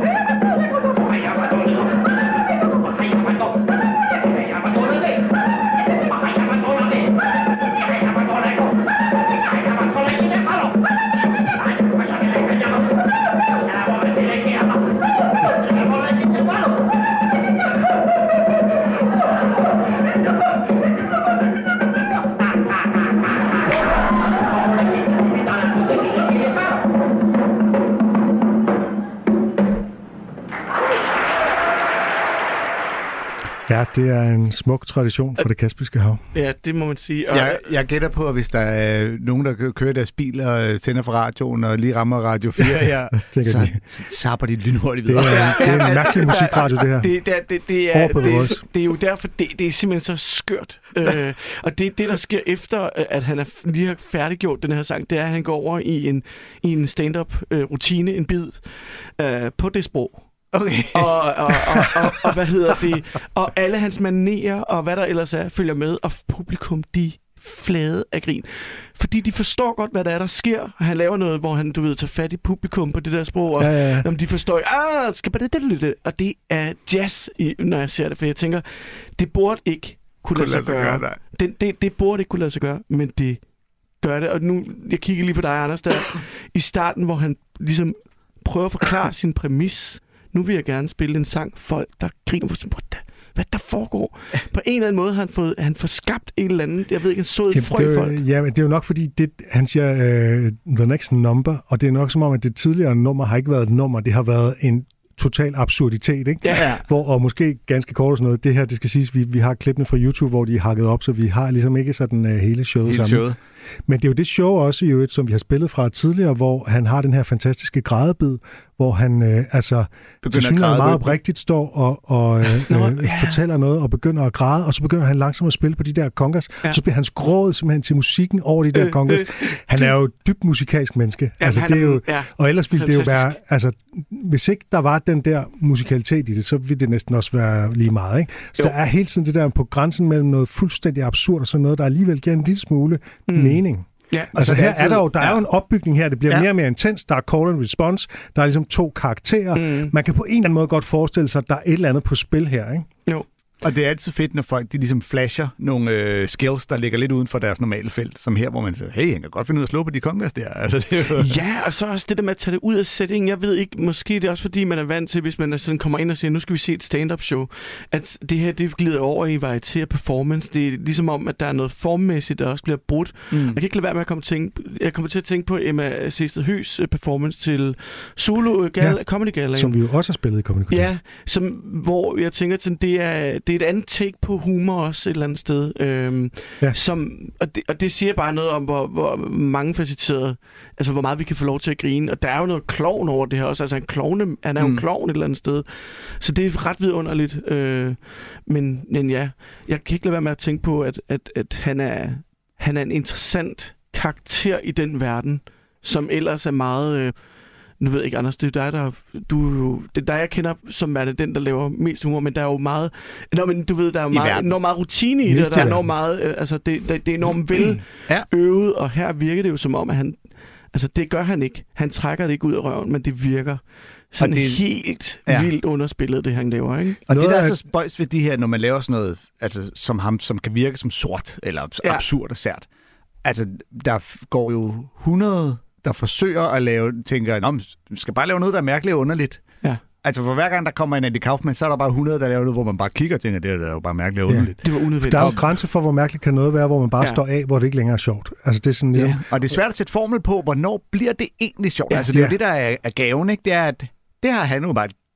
Ja, det er en smuk tradition for det Kaspiske Hav. Ja, det må man sige. Og jeg, jeg gætter på, at hvis der er nogen, der kører deres bil og tænder for radioen og lige rammer Radio fire her, så sapper de lynhurtigt videre. Det er, det er en mærkelig musikradio, det her. Det, det, det, det, er, det, det er jo derfor, det, det er simpelthen så skørt. øh, og det, det, der sker efter, at han er lige har færdiggjort den her sang, det er, at han går over i en, i en stand-up-rutine, en bid, øh, på det sprog. Okay. og, og, og, og, og hvad hedder det? Og alle hans manerer og hvad der ellers er, følger med, og publikum, de flade af grin. Fordi de forstår godt, hvad der er, der sker. Han laver noget, hvor han, du ved, tager fat i publikum på det der sprog, og ja, ja. Jamen, de forstår, ah, skal bare det, det, og det er jazz, når jeg ser det, for jeg tænker, det burde ikke kunne lade sig gøre. gøre det, det, det burde ikke kunne lade sig gøre, men det gør det. Og nu, jeg kigger lige på dig, Anders, der i starten, hvor han ligesom prøver at forklare sin præmis. Nu vil jeg gerne spille en sang, folk der griner på sådan, hvad der foregår. På en eller anden måde har han fået, han får skabt en eller anden, jeg ved ikke, en sået ja, frø folk. Ja, men det er jo nok fordi, det, han siger uh, The Next Number, og det er nok som om, at det tidligere nummer har ikke været et nummer, det har været en total absurditet, ikke? Ja. Hvor, og måske ganske kort og sådan noget. Det her, det skal siges, vi, vi har klippene fra YouTube, hvor de er hakket op, så vi har ligesom ikke sådan uh, hele showet hele sammen. Showet. Men det er jo det show også, i øvrigt, som vi har spillet fra tidligere, hvor han har den her fantastiske grædebid, hvor han øh, altså til synligheden meget oprigtigt står og, og øh, Nå, øh, ja. fortæller noget og begynder at græde, og så begynder han langsomt at spille på de der congas. Ja. Så bliver hans gråd simpelthen til musikken over de der øh, congas. Øh, han er jo et dybt musikalsk menneske. Ja, altså, det er jo, ja, og ellers ville fantastisk. Det jo være, altså, hvis ikke der var den der musikalitet i det, så ville det næsten også være lige meget. Ikke? Så jo. Der er hele tiden det der på grænsen mellem noget fuldstændig absurd og sådan noget, der alligevel giver en lille smule mm. mening. Ja, altså her altid, er der jo, der ja. er jo en opbygning her, det bliver ja. mere og mere intens, der er call and response, der er ligesom to karakterer. Mm. Man kan på en eller anden måde godt forestille sig, at der er et eller andet på spil her, ikke? Jo. Og det er altid fedt, når folk de ligesom flasher nogle øh, skills, der ligger lidt uden for deres normale felt, som her, hvor man siger, hey, han kan godt finde ud af at slå på de kongas der. Altså, det er jo... Ja, og så også det der med at tage det ud af settingen. Jeg ved ikke, måske det er også fordi, man er vant til, hvis man sådan kommer ind og siger, nu skal vi se et stand-up show, at det her, det glider over i varieté performance. Det er ligesom om, at der er noget formmæssigt, der også bliver brudt. Mm. Jeg kan ikke lade være med at komme til at tænke, jeg kommer til at tænke på Emma Sehsted Høghs performance til Zulu Gal- ja, Comedy Gala. Som vi jo også har spillet i Comedy Gala. Ja, som, hvor jeg tænker, sådan, det, er, det er et andet take på humor også et eller andet sted. Øhm, ja. som, og, det, og det siger bare noget om, hvor, hvor mange facetterede, altså hvor meget vi kan få lov til at grine. Og der er jo noget klovn over det her også. Altså en klovne, han er jo mm. en klovn et eller andet sted. Så det er ret vidunderligt. Øh, men, men ja, jeg kan ikke lade være med at tænke på, at, at, at han, er, han er en interessant karakter i den verden, som ellers er meget... Øh, Nu ved jeg ikke, Anders, det er dig, der... Du, det er dig, jeg kender, som er det den, der laver mest humor, men der er jo meget... Nå, men du ved, der er jo meget, enormt meget rutine i det, og der er enormt meget... Øh, altså, det, det, det er enormt vel ja. øvet, og her virker det jo som om, at han... Altså, det gør han ikke. Han trækker det ikke ud af røven, men det virker sådan det, helt ja. vildt underspillet, det han laver, ikke? Og noget det, der er så spøjs ved de her, når man laver sådan noget, altså, som ham, som kan virke som sort, eller ja. absurd og sært. Altså, der går jo hundrede... der forsøger at lave, tænker, nå, vi skal bare lave noget, der er mærkeligt og underligt. Ja. Altså, for hver gang der kommer en Andy Kaufman, så er der bare hundrede, der laver noget, hvor man bare kigger og tænker, det er jo bare mærkeligt og underligt. Ja. Det var unødvendigt. Der er jo grænser for, hvor mærkeligt kan noget være, hvor man bare ja. står af, hvor det ikke længere er sjovt. Altså, det er sådan, ja. Ja. Og det er svært at sætte formel på, hvornår bliver det egentlig sjovt. Ja. Altså, det er ja. jo det, der er, er gaven, ikke? Det er, at det har han jo bare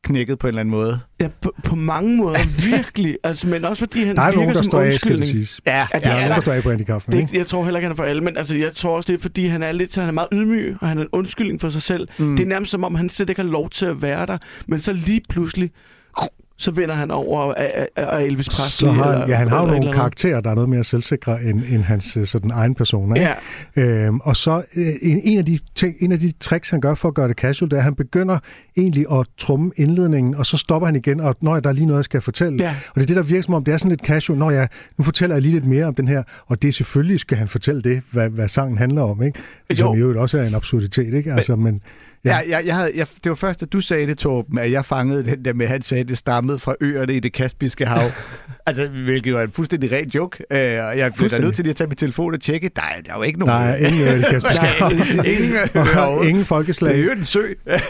knækket på en eller anden måde. Ja, på, på mange måder, virkelig. Altså, men også fordi han der er virker nogen, der som står af, undskyldning. skal det siges. Ja, ja, der er nogen, der står af på Andy Kaufman, det, jeg tror heller ikke, han er for alle, men altså, jeg tror også, det er, fordi han er lidt, så han er meget ydmyg, og han er en undskyldning for sig selv. Mm. Det er nærmest som om, han slet ikke har lov til at være der, men så lige pludselig, så vender han over af, af Elvis Presley. Så har han, eller, ja, han har jo nogle eller karakterer, der er noget mere selvsikre end, end hans sådan, egen person. Ikke? Ja. Øhm, og så en, en, af de ting, en af de tricks, han gør for at gøre det casual, det er, at han begynder egentlig at trumme indledningen, og så stopper han igen, og når der er lige noget, jeg skal fortælle. Ja. Og det er det, der virker som om, det er sådan lidt casual. Nå ja, nu fortæller jeg lige lidt mere om den her, og det er selvfølgelig, skal han fortælle det, hvad, hvad sangen handler om, ikke? Som jo også er en absurditet, ikke? Altså, men... Ja, jeg, jeg havde, jeg, det var først, at du sagde det, Torben, at jeg fangede den der med, at han sagde, at det stammede fra øerne i det Kaspiske Hav. Altså, hvilket var en fuldstændig ren joke. Uh, jeg blev da nødt til lige at tage min telefon og tjekke. Der er, der er jo ikke nogen... Der er ingen øer i det Kaspiske Hav. ingen øer. Ingen folkeslag. Det er jo en sø.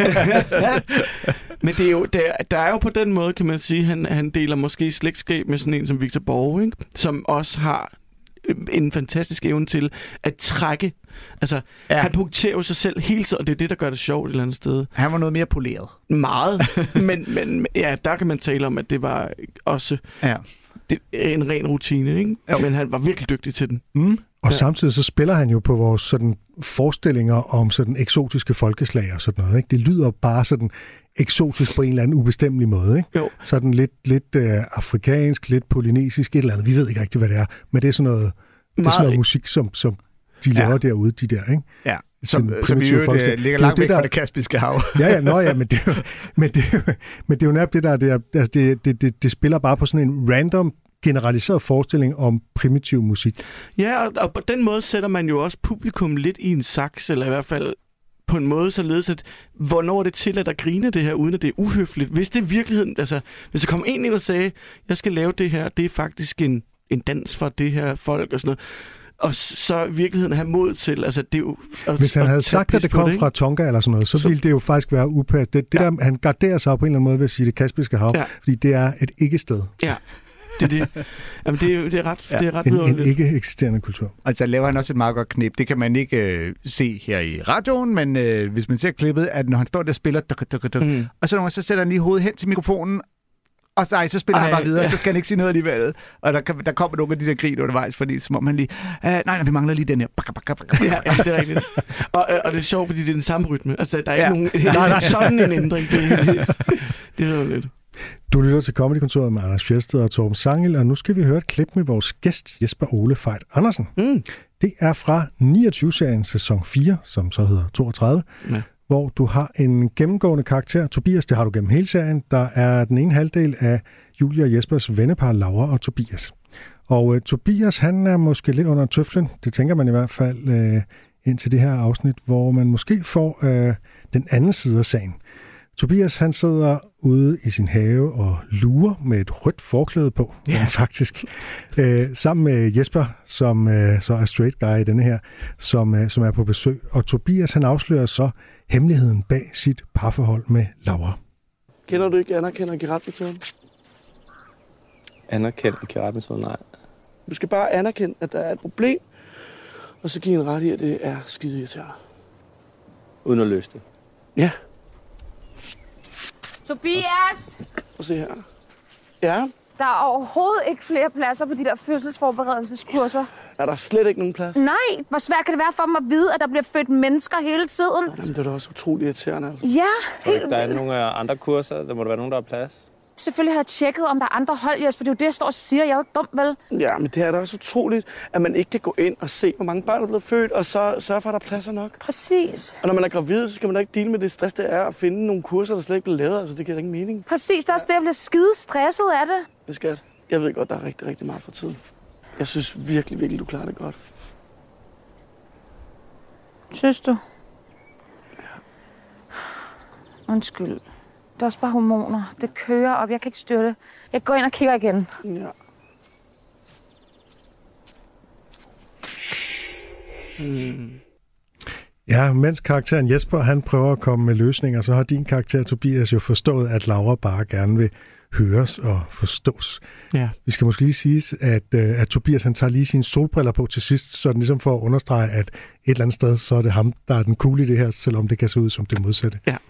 Men det er jo, der, der er jo på den måde, kan man sige, han, han deler måske slægtskab med sådan en som Victor Borge, ikke? Som også har en fantastisk evne til at trække. Altså, ja. Han punkterer jo sig selv hele tiden, og det er det, der gør det sjovt et eller andet sted. Han var noget mere poleret. Meget. men, men ja, der kan man tale om, at det var også ja. det, en ren rutine, ikke? Jo. Men han var virkelig dygtig til den. Mm. Og ja. Samtidig så spiller han jo på vores sådan forestillinger om sådan eksotiske folkeslag og sådan noget, ikke? Det lyder bare sådan eksotisk på en eller anden ubestemmelig måde, ikke? Jo. Sådan lidt, lidt øh, afrikansk, lidt polynesisk, et eller andet. Vi ved ikke rigtig, hvad det er, men det er sådan noget, det er sådan noget musik, som, som de laver ja. derude, de der, ikke? Ja, som, som i øvrigt det ligger langt væk fra det Kaspiske Hav. ja, ja, nå ja, men det, men det, men det er jo netop det der, det, er, altså det, det, det, det spiller bare på sådan en random, generaliseret forestilling om primitiv musik. Ja, og, og på den måde sætter man jo også publikum lidt i en saks, eller i hvert fald på en måde således, at hvornår er det til, at der griner det her, uden at det er uhøfligt. Hvis det er virkeligheden, altså hvis der kom en ind og sagde, jeg skal lave det her, det er faktisk en, en dans for det her folk og sådan noget, og så virkeligheden have mod til, altså det er jo... At, hvis han havde sagt, at det kom det, fra Tonga eller sådan noget, så, så ville det jo faktisk være upas. Det, det ja. der, han garderer sig på en eller anden måde ved at sige det Kaspiske Hav, ja. fordi det er et ikke-sted. Ja. Det, det, jamen det, er, det er ret, ja. det er ret en, en ikke eksisterende kultur. Altså laver han også et meget godt knep. Det kan man ikke øh, se her i radioen, men øh, hvis man ser klippet, at når han står der og spiller, duk, duk, duk, mm. og så, når, så sætter han lige hovedet hen til mikrofonen, og så, ej, så spiller Ej, han bare videre, ja. så skal han ikke sige noget alligevel. Og der, der kommer nogle af de der grin undervejs, fordi som om han lige, øh, nej, nej, vi mangler lige den her. Baka, baka, baka. Ja, ja, det er rigtigt. Og, og det er sjovt, fordi det er den samme rytme. Altså, der er ikke ja. nogen... Nej, nej, sådan en ændring. Det, det, det er lidt... Du lytter til Comedykontoret med Anders Fjeldsted og Torben Sangel, og nu skal vi høre et klip med vores gæst Jesper Ole Fejt Andersen. Mm. Det er fra niogtyve-serien sæson fire, som så hedder toogtredive, ja. hvor du har en gennemgående karakter, Tobias, det har du gennem hele serien, der er den ene halvdel af Julie og Jespers vennepar Laura og Tobias. Og uh, Tobias, han er måske lidt under tøflen, det tænker man i hvert fald uh, ind til det her afsnit, hvor man måske får uh, den anden side af sagen. Tobias, han sidder ude i sin have og lurer med et rødt forklæde på, yeah. faktisk. Øh, sammen med Jesper, som øh, så er straight guy i denne her, som, øh, som er på besøg. Og Tobias, han afslører så hemmeligheden bag sit parforhold med Laura. Kender du ikke anerkender Gerard-metoden? Anerkender Gerard-metoden? Nej. Du skal bare anerkende, at der er et problem, og så give en ret i, at det er skide irriterende. Uden at løse det? Ja. Tobias! Prøv at se her. Ja? Der er overhovedet ikke flere pladser på de der fødselsforberedelseskurser. Er der slet ikke nogen plads? Nej, hvor svært kan det være for mig at vide, at der bliver født mennesker hele tiden? Jamen, det er da også utroligt irriterende. Altså. Ja, helt Der er ikke nogen andre kurser, der må der være nogen, der har plads. Selvfølgelig har jeg tjekket, om der er andre hold, Jesper. Det er jo det, jeg står og siger. Jeg er jo ikke dum, vel? Ja, men det er da også utroligt, at man ikke kan gå ind og se, hvor mange børn er blevet født, og så sørge for, at der er pladser nok. Præcis. Og når man er gravid, så skal man da ikke dele med det stress, det er at finde nogle kurser, der slet ikke bliver lavet. Altså, det giver ingen mening. Præcis, det er også det, jeg bliver skide stresset af det. Det skat. Jeg ved godt, der er rigtig, rigtig meget for tiden. Jeg synes virkelig, virkelig, du klarer det godt. Synes du? Ja. Undskyld. Det er også bare hormoner. Det kører op. Jeg kan ikke styre det. Jeg går ind og kigger igen. Ja. Hmm. Ja, mens karakteren Jesper, han prøver at komme med løsninger, så har din karakter Tobias jo forstået, at Laura bare gerne vil høres og forstås. Ja. Vi skal måske lige sige, at, at Tobias han tager lige sine solbriller på til sidst, så den ligesom for at understrege, at et eller andet sted, så er det ham, der er den cool i det her, selvom det kan se ud som det modsatte. Ja.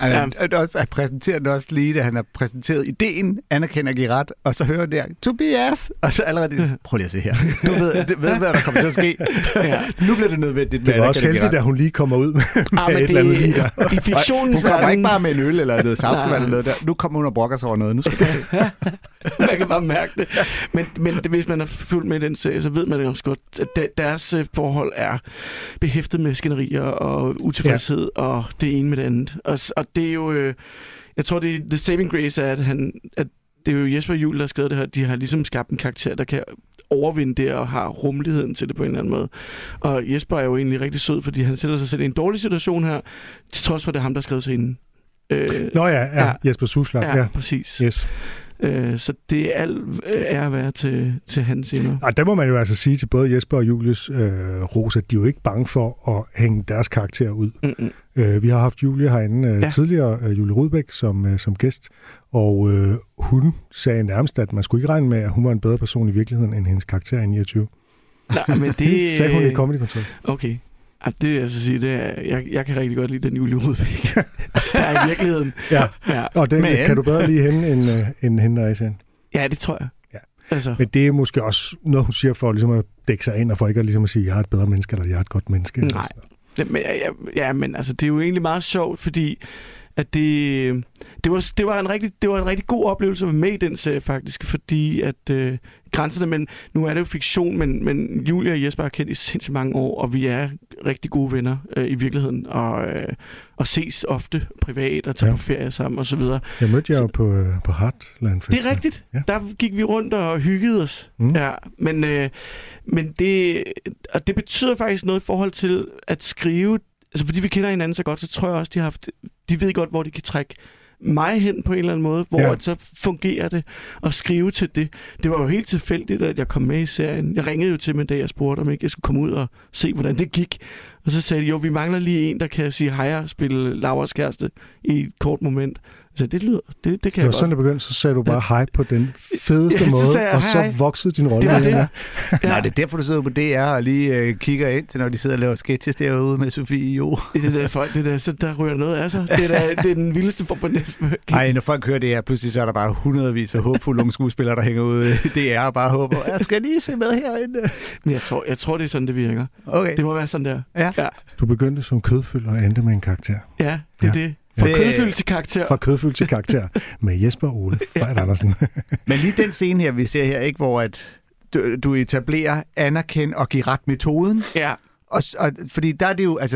Han ja. også, han præsenterer den også lige, da han har præsenteret ideen, anerkender give ret, og så hører der, Tobias, og så allerede, prøv lige at se her. Du ved, ved hvad der kommer til at ske. Ja. Nu bliver det nødvendigt. Det var også heldigt, at hun lige kommer ud med ah, et eller andet lige der. I fiktionens hun kommer ikke bare med en øl eller noget saftevand eller noget der. Nu kommer hun og brokker sig over noget. Nu skal vi se. Man kan bare mærke det. Men, men det, hvis man er fuldt med i den serie, så ved man det også godt, at deres forhold er behæftet med skænderier og utilfredshed ja. og det ene med det andet. Og, og det er jo... Øh, jeg tror, det er the saving grace er, at, han, at det er jo Jesper Juhl, der har skrevet det her. De har ligesom skabt en karakter, der kan overvinde det og har rummeligheden til det på en eller anden måde. Og Jesper er jo egentlig rigtig sød, fordi han sætter sig selv i en dårlig situation her, til trods for, det er ham, der har skrevet sig inden. Øh, Nå ja, ja, ja, Jesper Suslag. Ja, ja, præcis. Yes. Øh, så det er alt er at være til, til hans scener. Og der må man jo altså sige til både Jesper og Julius øh, Rosa, de er jo ikke bange for at hænge deres karakter ud. Mm-hmm. Øh, vi har haft Julie herinde øh, ja. tidligere, øh, Julie Rudbæk, som, øh, som gæst, og øh, hun sagde nærmest, at man skulle ikke regne med, at hun var en bedre person i virkeligheden, end hendes karakter i niogtyve. Nej, men det... det sagde hun i Comedy Control. Okay. Ja, det altså sige, det er, jeg, jeg kan rigtig godt lide den Julie Rudbæk. Der er i virkeligheden. Ja, ja. Og den men... kan du bedre lide hende, end, uh, end hende, der er i serien? Ja, det tror jeg. Ja. Altså. Men det er måske også noget, hun siger for ligesom at dække sig ind, og for ikke at, ligesom at sige, at jeg er et bedre menneske, eller jeg er et godt menneske. Nej, ja, men, ja, ja, men altså, det er jo egentlig meget sjovt, fordi at det, det, var, det, var en rigtig, det var en rigtig god oplevelse at være med i den serie, faktisk, fordi at øh, grænserne, men nu er det jo fiktion, men, men Julie og Jesper har kendt i sindssygt mange år, og vi er rigtig gode venner øh, i virkeligheden, og, øh, og ses ofte privat, og tager ja. på ferie sammen, og så videre. Jeg mødte jer jo på, øh, på Heartland Festival. Det er rigtigt. Ja. Der gik vi rundt og hyggede os. Mm. Ja, men, øh, men det, og det betyder faktisk noget i forhold til at skrive. Altså, fordi vi kender hinanden så godt, så tror jeg også, de har haft, de ved godt, hvor de kan trække mig hen på en eller anden måde, hvor ja. så fungerer det at skrive til det. Det var jo helt tilfældigt, at jeg kom med i serien. Jeg ringede jo til mig, da jeg spurgte, om ikke jeg skulle komme ud og se, hvordan det gik. Og så sagde de, jo, vi mangler lige en, der kan sige hej og spille Lauras kæreste i et kort moment. Så det lyder, det, det kan det jeg godt. Sådan det begyndte, så sagde du bare hej på den fedeste ja, måde, jeg, og så hej. voksede din rolle. Det det. Ja. Nej, det er derfor, du sidder på D R og lige øh, kigger ind til, når de sidder og laver sketches derude med Sofie Jo. Det er der folk, det der, så der ryger noget af sig. Det er, der, det er den vildeste form for network. Nej, når folk hører det her, pludselig så er der bare hundredvis af håbfulde unge skuespillere, der hænger ude i D R og bare håber, jeg skal lige se med herinde. Men jeg tror, jeg tror, det er sådan, det virker. Okay. Det må være sådan der. Ja. Ja. Du begyndte som kødfyldt og endte med en karakter. Ja, det er ja. det. Fra det... kødfyldt til karakter. Fra kødfyldt til karakter med Jesper Ole Fejl Andersen. Men lige den scene her, vi ser her, ikke, hvor at du, du etablerer, anerkend og give ret metoden. Ja. Og, og, fordi der er det jo, altså,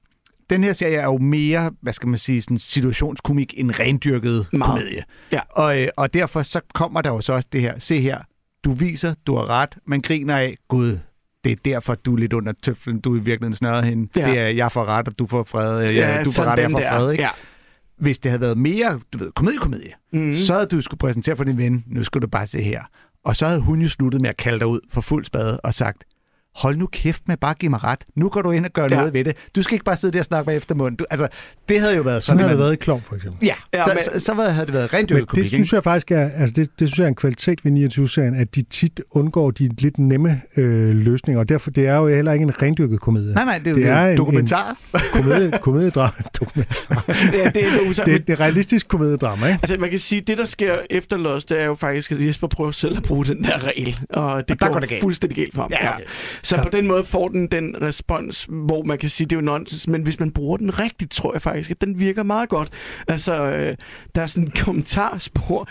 den her serie er jo mere, hvad skal man sige, sådan situationskomik end rendyrket Meget. komedie. Ja. Og, og derfor så kommer der jo så også det her, se her, du viser, du har ret, man griner af, gud, det er derfor, du er lidt under tøflen, du er i virkeligheden snørret hende. Ja. Det er, jeg får ret, og du får fred. Ja, ja, du får ret, og jeg får fred. Ikke? Ja. Hvis det havde været mere, du ved, komedie-komedie, mm-hmm. så havde du skulle præsentere for din ven, nu skulle du bare se her. Og så havde hun jo sluttet med at kalde dig ud for fuld spade og sagt, hold nu kæft med bare at give mig ret. Nu går du ind og gør ja. noget ved det. Du skal ikke bare sidde der og snakke med eftermunden. Du, altså, det havde jo været sådan. Sådan havde man... det været i Klovn, for eksempel. Ja, ja så, men... så, så havde det været rent dyrket komik. Det synes jeg faktisk er, altså det, det synes jeg er en kvalitet ved niogtyve-serien, at de tit undgår de lidt nemme øh, løsninger, og derfor det er jo heller ikke en rendyrket komedie. Nej, nej, det, det er en dokumentar. En komedie, komediedrama. dokumentar. Ja, det, er det, det, det er realistisk komediedrama, ikke? Altså man kan sige, det der sker efter Lost, det er jo faktisk, at Jesper prøver selv at bruge den der regel, og det og går, går det fuldstændig galt for ham. Ja, okay. Så ja. på den måde får den den respons, hvor man kan sige, det er jo nonsens, men hvis man bruger den rigtigt, tror jeg faktisk, at den virker meget godt. Altså, øh, der er sådan en kommentarspor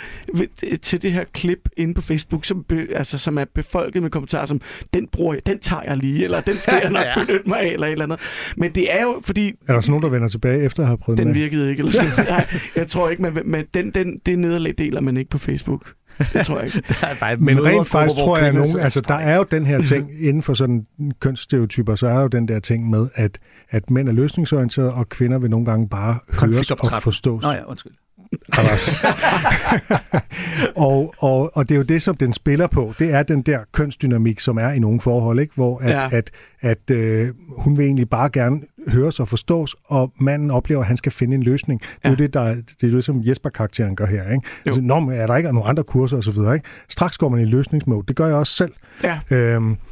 til det her klip inde på Facebook, som, be, altså, som er befolket med kommentarer som, den bruger jeg, den tager jeg lige, eller den skal jeg nok ja. benytte mig af, eller et eller andet. Men det er jo, fordi... Er der så nogen, der vender tilbage efter at have prøvet den med? Den virkede ikke, eller sådan. Nej, jeg tror ikke, man, men den, den, det nederlag deler man ikke på Facebook. Det tror jeg ikke. Men rent faktisk tror jeg, at nogen, altså, der er jo den her ting inden for sådan kønsstereotyper, så er jo den der ting med, at, at mænd er løsningsorienterede, og kvinder vil nogle gange bare høres og forstås. Nå ja, undskyld. og, og, og det er jo det, som den spiller på. Det er den der kønsdynamik, som er i nogle forhold, ikke? Hvor at, ja. at, at øh, hun vil egentlig bare gerne høres og forstås, og manden oplever, at han skal finde en løsning. Det er ja. jo det, der, det, er det, som Jesper-karakteren gør her. Ikke? Altså, Nå, er der ikke nogle andre kurser osv.? Straks går man i løsningsmode. Det gør jeg også selv. Ja. Øhm,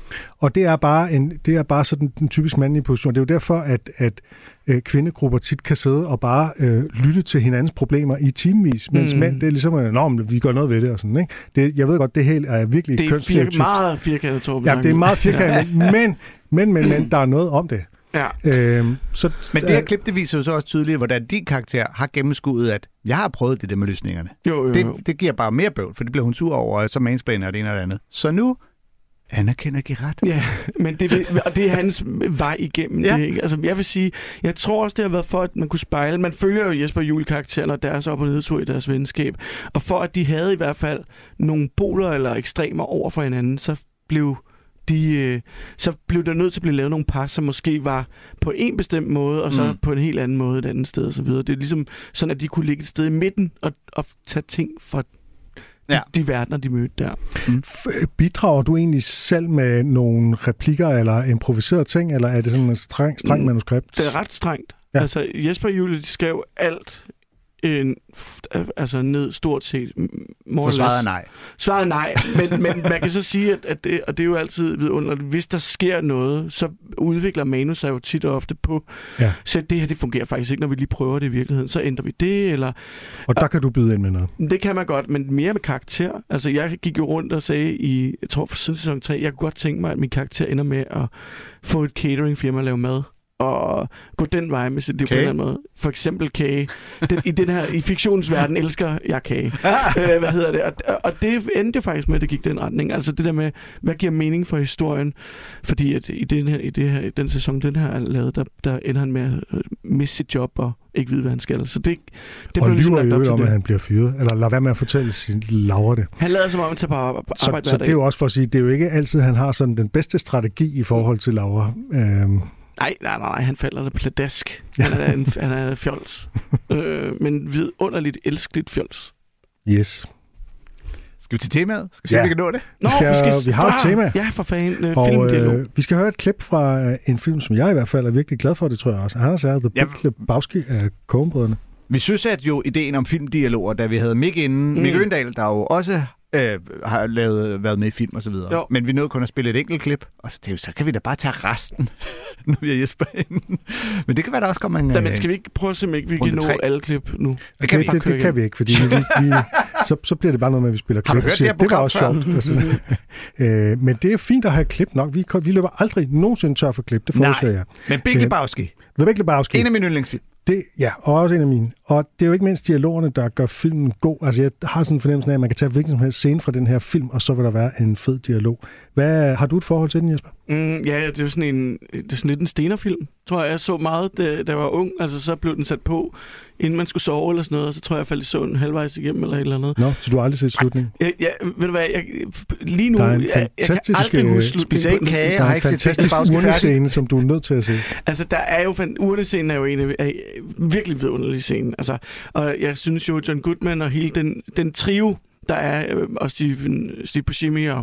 Og det er bare, en, det er bare sådan den typisk mandlige position. Det er jo derfor, at, at øh, kvindegrupper tit kan sidde og bare øh, lytte til hinandens problemer i timevis, mens mm. mænd, det er ligesom, at vi gør noget ved det og sådan, ikke? Det, jeg ved godt, det helt er virkelig kønsstereotypt. Det er fir- meget firkantet, Torben. Ja, det er meget firkantet, men, men, men, men der er noget om det. Ja. Øhm, så, men det her klip, det viser jo så også tydeligt, hvordan din karakter har gennemskuddet, at jeg har prøvet det der med løsningerne. Jo, jo, det, jo. det giver bare mere bøvl, for det bliver hun sur over, så mansplaner og det ene og det andet. Så nu anerkender give ret. Ja, men det, og det er hans vej igennem ja. det, ikke? Altså, jeg vil sige, jeg tror også, det har været for, at man kunne spejle. Man følger jo Jesper og Julie-karakteren og deres op- og nedtur i deres venskab. Og for at de havde i hvert fald nogle poler eller ekstremer over for hinanden, så blev de, øh, så blev der nødt til at blive lavet nogle par, som måske var på en bestemt måde, og så mm. på en helt anden måde et andet sted og så videre. Det er ligesom sådan, at de kunne ligge et sted i midten og, og tage ting fra ja. de, de verdener, de mødte der. Mm. Bidrager du egentlig selv med nogle replikker eller improviserede ting, eller er det sådan et streng, streng manuskript? Det er ret strengt. Ja. Altså, Jesper og Julie, de skrev alt en, altså ned stort set. Så svaret er nej. Svaret er nej, men, men man kan så sige, at, at det, og det er jo altid vidunderligt, hvis der sker noget, så udvikler manus sig jo tit og ofte på, ja. så det her, det fungerer faktisk ikke, når vi lige prøver det i virkeligheden, så ændrer vi det, eller... Og der kan du byde ind med noget. Det kan man godt, men mere med karakter. Altså, jeg gik jo rundt og sagde i, jeg tror for siden sæson tre, jeg kunne godt tænke mig, at min karakter ender med at få et cateringfirma at lave mad. Og gå den vej med sit liv på en eller anden måde. For eksempel kage. Den, i den her, i fiktionsverden elsker jeg kage. øh, hvad hedder det? Og, og det endte jo faktisk med, at det gik den retning. Altså det der med, hvad giver mening for historien? Fordi at i den her, i det her, i den sæson, den her er lavet, der, der ender han med at miste sit job og ikke vide, hvad han skal. Så det, det og ligesom lyver jo om, at han bliver fyret. Eller lad være med at fortælle sin Laura det. Han lader som om, at han tager på arbejde så, hver så dag. det er jo også for at sige, det er jo ikke altid, han har sådan den bedste strategi i forhold til Laura. Øhm. Nej, nej, nej, han falder der pladask. Han er en, han er fjols. øh, men vidunderligt, elskeligt fjols. Yes. Skal vi til temaet? Skal vi se, ja. om vi kan nå det? Vi, skal, Nå, vi, skal, vi har et tema. Ja, for fanden. Øh, og, filmdialog. Øh, vi skal høre et klip fra øh, en film, som jeg i hvert fald er virkelig glad for, det tror jeg også. Anders er The Big ja. Lebowski af Coen-brødrene. Vi synes, at jo ideen om filmdialoger, da vi havde Mick inden, mm. Mick Øgendahl, der jo også øh, har lavet, været med i film og så videre. Jo. Men vi nåede kun at spille et enkelt klip, og så, det, så kan vi da bare tage resten, når vi er Jesper inden. Men det kan være, der også kommer en... Ja, men skal vi ikke prøve at se, om vi kan nå alle klip nu? Det kan, det, vi, det, det kan vi ikke, fordi vi, vi, så, så bliver det bare noget med, at vi spiller klip. Har du hørt det her program det var også sjovt. Altså, øh, men det er fint at have klip nok. Vi, vi løber aldrig nogensinde tør for klip, det foreslår jeg. Men Big Lebowski. The Big Lebowski. En af mine yndlingsfilm. Det, ja, og også en af mine. Og det er jo ikke mindst dialogerne, der gør filmen god. Altså, jeg har sådan en fornemmelse af, at man kan tage hvilken som helst scene fra den her film, og så vil der være en fed dialog. Hvad, har du et forhold til den, Jesper? Mm, ja, det er sådan en, det er sådan lidt en Stener-film, tror jeg. Jeg så meget, da, da jeg var ung. Altså, så blev den sat på, inden man skulle sove eller sådan noget, og så tror jeg, jeg faldt i søvn halvvejs igennem eller et eller andet. Nå, så du har aldrig set slutningen? Ja, ja, ved du hvad, jeg, lige nu, der er en jeg, jeg kan aldrig huske slutningen. Kage, der er en fantastisk urnescene, som du er nødt til at se. Altså, der er jo, urnescenen er jo en af er virkelig vidunderlige scene. Altså, og jeg synes jo, John Goodman og hele den, den trio, der er, og Steve, Steve Buscemi og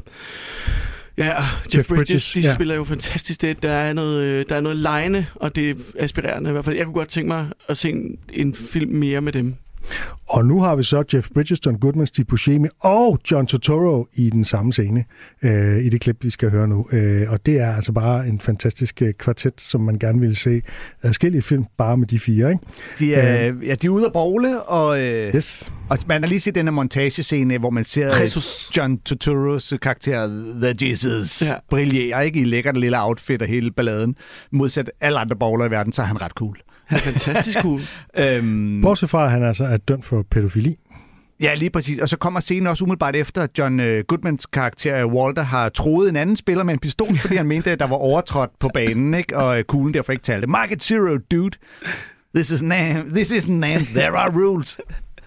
ja, Jeff, Jeff Bridges, Bridges, de ja. spiller jo fantastisk. Det, der er noget, der er noget lejende, og det er aspirerende i hvert fald. Jeg kunne godt tænke mig at se en, en film mere med dem. Og nu har vi så Jeff Bridges, John Goodman, Steve Buscemi og John Turturro i den samme scene, øh, i det klip, vi skal høre nu. Øh, og det er altså bare en fantastisk kvartet, som man gerne ville se adskillige film, bare med de fire, ikke? De er, øh, ja, de er ude at bowle, og, øh, yes. og man har lige set denne montagescene, hvor man ser Jesus. John Turturros karakter, The Jesus, ja. brillerer, ikke? I lækkert lille outfit og hele balladen. Modsat alle andre bowler i verden, så er han ret cool. Han er fantastisk cool. øhm, Bortset fra, at han altså er dømt for pædofili. Ja, lige præcis. Og så kommer scenen også umiddelbart efter, at John uh, Goodmans karakter Walter har troet en anden spiller med en pistol, fordi han mente, at der var overtrådt på banen, ikke? Og uh, kuglen derfor ikke talte. Market Zero, dude. This is name. This isn't name. There are rules.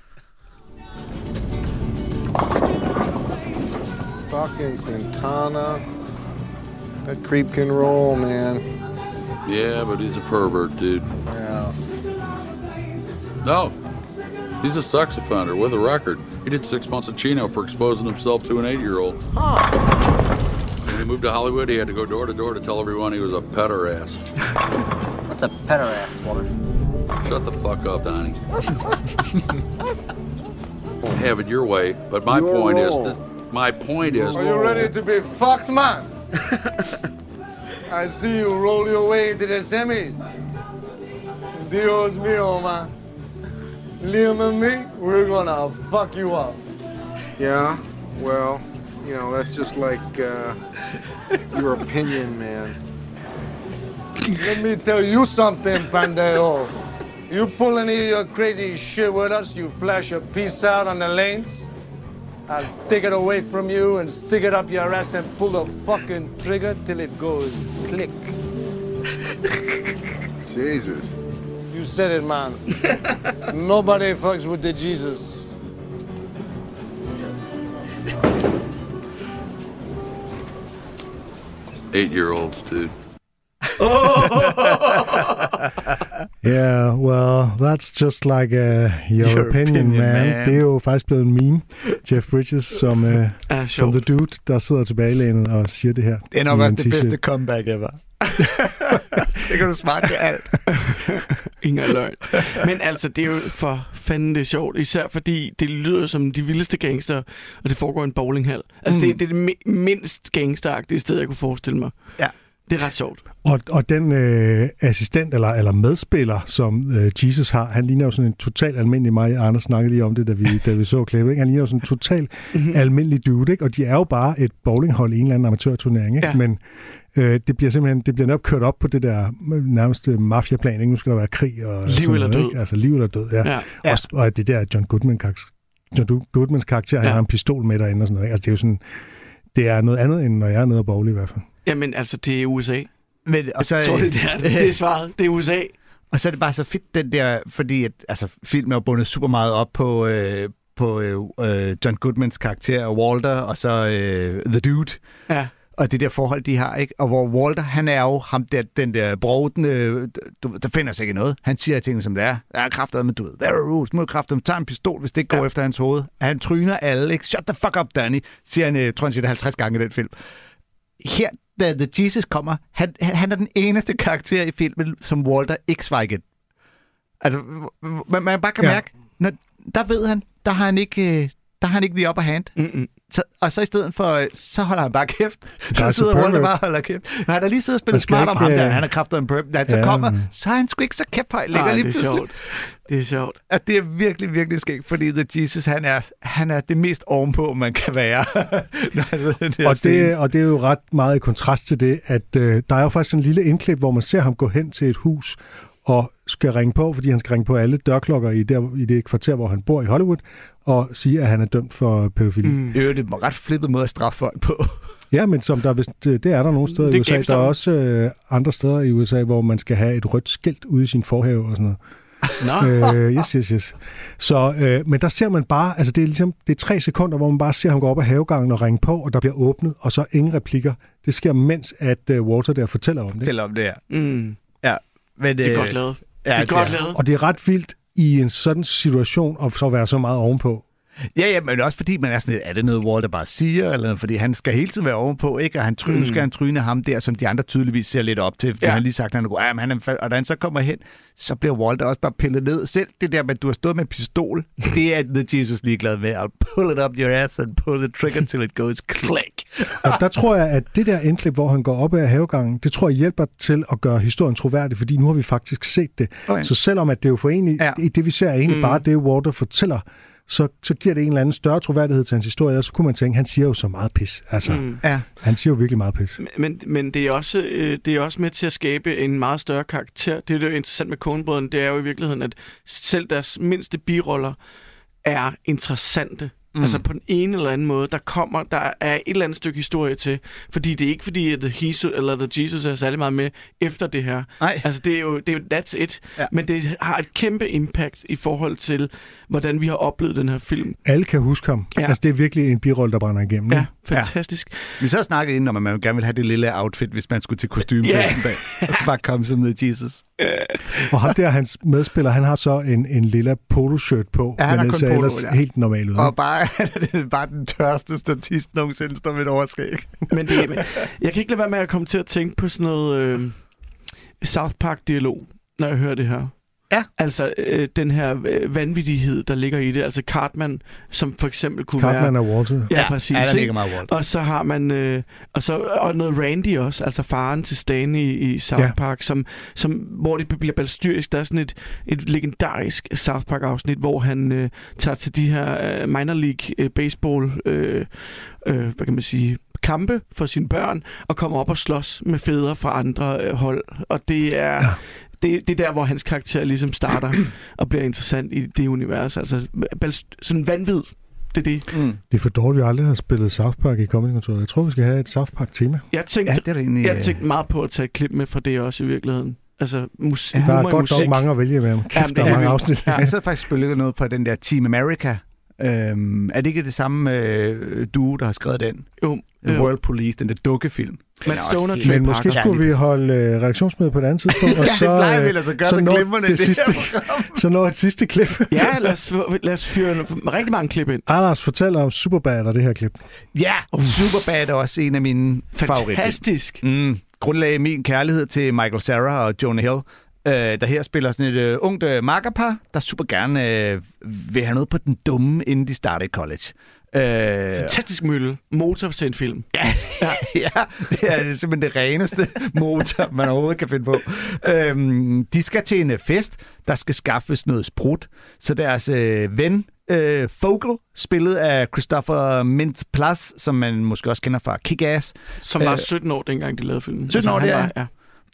Fucking Quintana. That creep can roll, man. Yeah, but he's a pervert, dude. Yeah. No, he's a sex offender with a record. He did six months of Chino for exposing himself to an eight-year-old. Huh. When he moved to Hollywood, he had to go door to door to tell everyone he was a pederass. What's a pederass, Walter? Shut the fuck up, Donnie. Have it your way, but my Your point role. is that my point is. Are you ready to be fucked, man? I see you roll your way into the semis. Dios mío, man. Liam and me, we're gonna fuck you up. Yeah, well, you know, that's just like uh, your opinion, man. Let me tell you something, Pandejo. You pull any of your crazy shit with us, you flash a piece out on the lanes, I'll take it away from you and stick it up your ass and pull the fucking trigger till it goes click. Jesus. You said it, man. Nobody fucks with the Jesus. Eight-year-olds, dude. Yeah, well, that's just like uh, your, your opinion, opinion man. man. Det er jo faktisk blevet en meme. Jeff Bridges som, uh, ah, som the dude, der sidder tilbagelænet og siger det her. Det er nok også det bedste comeback ever. Det kan du smarte til alt. Ingen løgn. Men altså, det er jo for fanden det er sjovt. Især fordi det lyder som de vildeste gangster, og det foregår i en bowlinghal. Altså, mm. det, det er det mindst gangsteragtige sted, jeg kunne forestille mig. Ja. Det er ret sjovt. Og, og den øh, assistent eller, eller medspiller, som øh, Jesus har, han ligner jo sådan en total almindelig, mig og Anders snakkede lige om det, da vi, da vi så klippet, ikke? Han ligner jo sådan en total mm-hmm. almindelig dude, ikke? Og de er jo bare et bowlinghold i en eller anden amatørturnering, ikke? Ja. Men øh, det bliver simpelthen, det bliver nok kørt op på det der nærmest mafiaplan, ikke? Nu skal der være krig og liv eller død. Ikke? Altså liv eller død, ja. ja. ja. Også, og det der John Goodman karakter, John Goodmans karakter, ja. Han har en pistol med derinde og sådan noget, ikke? Altså det er jo sådan, det er noget andet, end når jeg er nede og bowle i hvert fald. Jamen altså, det er U S A. Men, og så, jeg tror, det er det, det er svaret. Det er U S A. Og så er det bare så fedt, den der, fordi at, altså, filmen er jo bundet super meget op på, øh, på øh, John Goodmans karakter, Walter, og så øh, The Dude. Ja. Og det der forhold, de har, ikke? Og hvor Walter, han er jo ham der, den der brodende, der finder sig ikke noget. Han siger ting som det er. Jeg er kraftet med, du ved, there are rules, må kraftet, tager en pistol, hvis det ikke går ja. efter hans hoved. Han tryner alle, ikke? Shut the fuck up, Danny, siger han, jeg tror han siger det halvtreds gange i den film. Her, da The Jesus kommer, han, han er den eneste karakter i filmen, som Walter ikke svarer igen. Altså, man, man bare kan ja. mærke, når, der ved han, der har han ikke, der har han ikke the upper hand. Mm-mm. Så, og så i stedet for, så holder han bare kæft. Så sidder Walter bare og holder kæft. Han har da lige siddet og spillet smart om ham der. Han har kraftet en perp. Da han så kommer, så er han sgu ikke så kæphøj længere lige pludselig. Sjovt. Det er sjovt. At det er virkelig, virkelig skægt, fordi The Jesus, han er, han er det mest ovenpå, man kan være. det og, det, og det er jo ret meget i kontrast til det, at øh, der er jo faktisk en lille indklip, hvor man ser ham gå hen til et hus og skal ringe på, fordi han skal ringe på alle dørklokker i, der, i det kvarter, hvor han bor i Hollywood, og sige, at han er dømt for pædofili. Mm. Det er jo et ret flippet måde at straffe folk på. Ja, men som der, det er der nogle steder i U S A. Der er også øh, andre steder i U S A, hvor man skal have et rødt skilt ude i sin forhave og sådan noget. Nå. Øh, yes, yes, yes. Så, øh, men der ser man bare, altså det er ligesom, det er tre sekunder, hvor man bare ser ham gå op ad havegangen og ringe på, og der bliver åbnet, og så ingen replikker. Det sker, mens at uh, Walter der fortæller om det. Fortæller om det, ja. Mm. Ja. Men, det er øh, godt lavet. Ja, det er godt lavet. Og det er ret vildt i en sådan situation at så være så meget ovenpå. Ja, ja, men også fordi man er sådan lidt, er det noget, Walter bare siger, eller fordi han skal hele tiden være ovenpå, ikke? Og han tryne, mm. skal han tryne ham der, som de andre tydeligvis ser lidt op til, fordi ja. han lige sagt, at han er god. Ja, men han er, og da han så kommer hen, så bliver Walter også bare pillet ned. Selv det der med, at du har stået med en pistol, det er The Jesus ligeglad med. I'll pull it up your ass and pull the trigger till it goes click. Og der tror jeg, at det der indklip, hvor han går op ad havegangen, det tror jeg hjælper til at gøre historien troværdig, fordi nu har vi faktisk set det. Okay. Så selvom at det er jo for egentlig, ja. det vi ser er egentlig mm. bare det, Walter fortæller, Så, så giver det en eller anden større troværdighed til hans historie, og så kunne man tænke, han siger jo så meget pis. Altså, mm. ja. han siger jo virkelig meget pis. Men, men det, er også, øh, det er også med til at skabe en meget større karakter. Det er jo interessant med Coen-brødrene, det er jo i virkeligheden, at selv deres mindste biroller er interessante. Mm. Altså på den ene eller anden måde, der kommer, der er et eller andet stykke historie til, fordi det er ikke fordi, at The Jesus, eller The Jesus er særlig meget med efter det her. Nej. Altså det er jo, det er jo that's it. Ja. Men det har et kæmpe impact i forhold til, hvordan vi har oplevet den her film. Alle kan huske ham. Ja. Altså det er virkelig en birolle, der brænder igennem. Ja, fantastisk. Ja. Vi så snakkede inden om, at man gerne ville have det lille outfit, hvis man skulle til kostymefesten yeah. bag, og så bare komme som The Jesus. Og ham der, hans medspiller, han har så en, en lille poloshirt på, ja, men det ser ellers ja. helt normalt ud. Og bare, det er bare den tørste statist nogensinde står med et overskæg. Men det, men jeg kan ikke lade være med at komme til at tænke på sådan noget øh, South Park-dialog, når jeg hører det her. Ja. Altså øh, den her øh, vanvittighed, der ligger i det. Altså Cartman, som for eksempel kunne Cartman være... Cartman og Walter. Ja, ja, præcis. Ja, der ligger meget Walter. Og så har man... Øh, og, så, og noget Randy også, altså faren til Stan i, i South Ja. Park, som, som, hvor det bliver balstyrisk. Der er sådan et, et legendarisk South Park-afsnit, hvor han øh, tager til de her øh, minor league øh, baseball... Øh, øh, hvad kan man sige... kampe for sine børn, og kommer op og slås med fædre fra andre øh, hold. Og det er... Ja. Det, det er der, hvor hans karakter ligesom starter og bliver interessant i det univers. Altså sådan vanvid. Det er det. Mm. Det er for dårligt, vi aldrig har spillet South Park i Comedy-kontoret. Jeg tror, vi skal have et South Park-tema. Jeg tænkte, ja, det er det egentlig, jeg tænkte meget på at tage et klip med fra det også i virkeligheden. Altså mus- ja, der er godt musik. nok mange at vælge med. Kæft, Jamen, der er mange afsnit. Ja. Jeg sad faktisk og spillede noget fra den der Team America. Øhm, er det ikke det samme øh, duo, der har skrevet den? Jo. World Police, den der dukkefilm. Matt Stone og Men Trey måske Parker. Skulle vi holde uh, redaktionsmøde på et andet tidspunkt, og så, ja, det vi altså gøre, så, så når det, det sidste, så når et sidste klip. Ja, lad os, lad os fyre rigtig mange klip ind. Anders, fortæl om Superbad og det her klip. Ja, uh. Superbad er også en af mine favoritter. Fantastisk. Mm, grundlagde min kærlighed til Michael Cera og Jonah Hill, øh, der her spiller sådan et uh, ungt uh, makkerpar, der super gerne uh, vil have noget på den dumme, inden de starter i college. Øh, Fantastisk mølle. Motor til en film. Ja, ja. ja det er simpelthen det reneste motor, man overhovedet kan finde på. Øhm, de skal til en fest, der skal skaffes noget sprut, så deres øh, ven, øh, Fogel, spillet af Christopher Mintz-Plasse, som man måske også kender fra Kick-Ass. Som var øh, sytten år, dengang de lavede filmen. sytten år, altså, det er. Var, ja.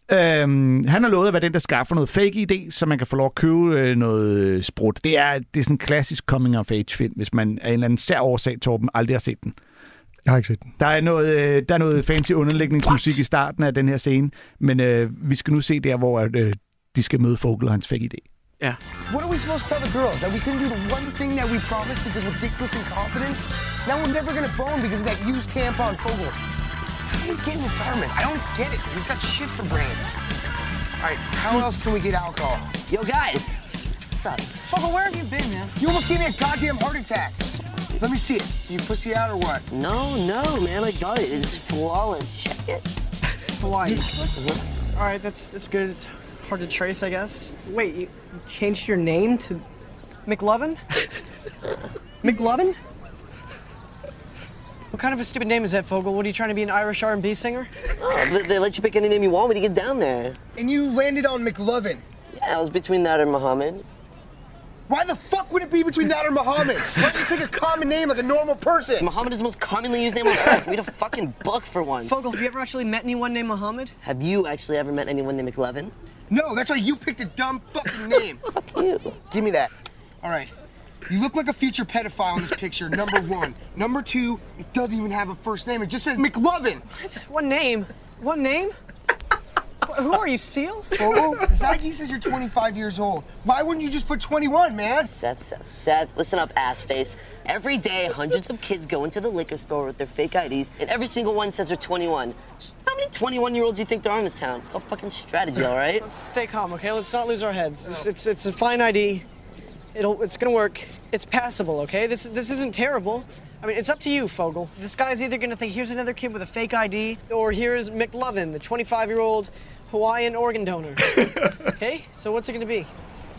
Øhm, han har lovet at være den, der skaffer noget fake I D, så man kan få lov at købe øh, noget sprut. Det er, det er sådan en klassisk coming-of-age-film, hvis man af en eller anden sær årsag, Torben, aldrig har set den. Jeg har ikke set den. Der er noget, øh, der er noget fancy underlægningsmusik What? i starten af den her scene, men øh, vi skal nu se der, hvor øh, de skal møde Fogel og hans fake I D. Ja. What are we supposed to tell the girls? That we couldn't do the one thing that we promised because we're ridiculous in confidence? Now we're never gonna bone because of that used tampon Fogel. How do you get retirement? I don't get it. He's got shit for brains. All right, how else can we get alcohol? Yo, guys. What's up? Fogel, where have you been, man? You almost gave me a goddamn heart attack. Let me see it. You pussy out or what? No, no, man. I got it. It's flawless. Check it. Hawaii. Uh-huh. All right, that's that's good. It's hard to trace, I guess. Wait, you changed your name to McLovin? McLovin? What kind of a stupid name is that, Fogel? What, are you trying to be an Irish R and B singer? Oh, they, they let you pick any name you want when you get down there. And you landed on McLovin? Yeah, I was between that and Muhammad. Why the fuck would it be between that or Muhammad? Why don't you pick a common name like a normal person? Muhammad is the most commonly used name on earth. Read a fucking book for once. Fogel, have you ever actually met anyone named Muhammad? Have you actually ever met anyone named McLovin? No, that's why you picked a dumb fucking name. Fuck you. Give me that. All right. You look like a future pedophile in this picture, number one. Number two, it doesn't even have a first name. It just says McLovin. What? One name? One name? Who are you, Seal? Oh, this I D says you're twenty-five years old. Why wouldn't you just put twenty-one, man? Seth, Seth, Seth, listen up, ass face. Every day, hundreds of kids go into the liquor store with their fake I Ds, and every single one says they're twenty-one. How many twenty-one-year-olds do you think there are in this town? It's called fucking strategy, all right? Let's stay calm, okay? Let's not lose our heads. It's it's it's a fine I D. It'll it's gonna work. It's passable, okay? This this isn't terrible. I mean, it's up to you, Fogel. This guy's either gonna think here's another kid with a fake I D, or here's McLovin, the twenty-five-year-old Hawaiian organ donor. Okay, so what's it gonna be?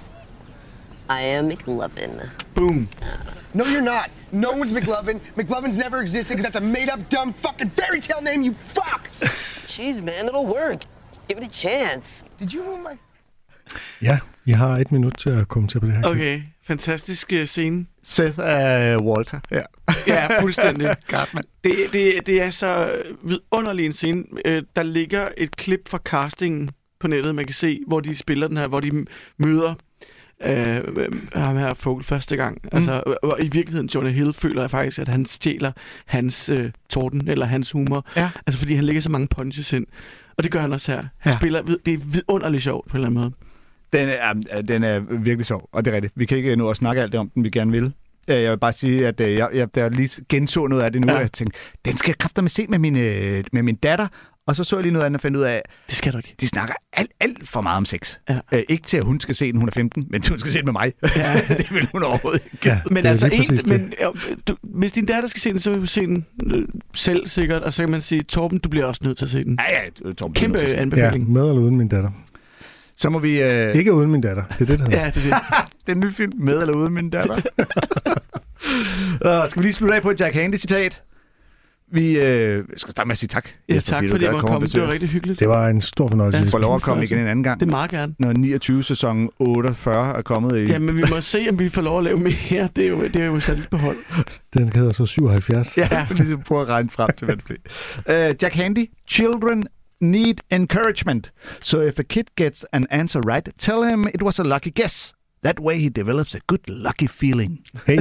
I am McLovin. Boom. No, you're not. No one's McLovin. McLovin's never existed because that's a made-up, dumb, fucking fairy tale name, you fuck! Jeez, man, it'll work. Give it a chance. Did you ruin my... Ja, jeg har et minut til at kommentere på det her. Okay, fantastisk uh, scene. Seth af uh, Walter. Ja, ja fuldstændig. Cartman. Det, det, det er så vidunderlig en scene. Uh, der ligger et klip fra castingen på nettet, man kan se, hvor de spiller den her, hvor de møder øh, ham her Fogel første gang. Mm. Altså, og i virkeligheden, Jonah Hill føler jeg faktisk, at han stjæler hans øh, torden, eller hans humor. Ja. Altså, fordi han lægger så mange punches ind. Og det gør han også her. Han ja. spiller, det er vidunderligt sjovt på en eller anden måde. Den er, den er virkelig sjov, og det er rigtigt. Vi kan ikke nå at snakke alt det om den, vi gerne vil. Jeg vil bare sige, at jeg, jeg der lige genså noget af det nu, ja. og jeg tænkte, den skal jeg kræfter se med min, med min datter, og så så jeg lige noget andet og fandt ud af, det skal du ikke. De snakker alt, alt for meget om sex. Ja. Æ, ikke til, at hun skal se den, hun er femten, men til, hun skal se den med mig. Ja. Det vil hun overhovedet ikke. Ja, men altså, en, men, du, hvis din datter skal se den, så vil hun se den øh, selv sikkert, og så kan man sige, Torben, du bliver også nødt til at se den. Ja, ja, Torben. Kæmpe anbefaling. Ja, med eller uden min datter. Så må vi... Øh... Ikke uden min datter. Det er det, der hedder. Ja, det er det. Det er en ny film. Med eller uden min datter. uh, skal vi lige slutte af på et Jack Handy-citat? Vi øh, skal starte med at sige tak. Ja, Jesper, tak fordi jeg måtte komme. Det var rigtig hyggeligt. Det var en stor fornøjelse. Ja, vi får lov at komme igen en anden gang. Det er meget gerne. Når niogtyve sæson otteogfyrre er kommet i... Jamen, vi må se, om vi får lov at lave mere. Det er jo, det er jo sat lidt behold. Den hedder så syvoghalvfjerds. Ja, jeg vil prøve at regne frem til, hvad det bliver. Uh, Jack Handy. Children need encouragement. So if a kid gets an answer right, tell him it was a lucky guess. That way he develops a good lucky feeling. Hey.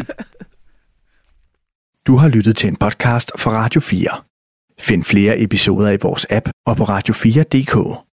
Du har lyttet til en podcast fra Radio fire. Find flere episoder i vores app og på radio fire punktum d k.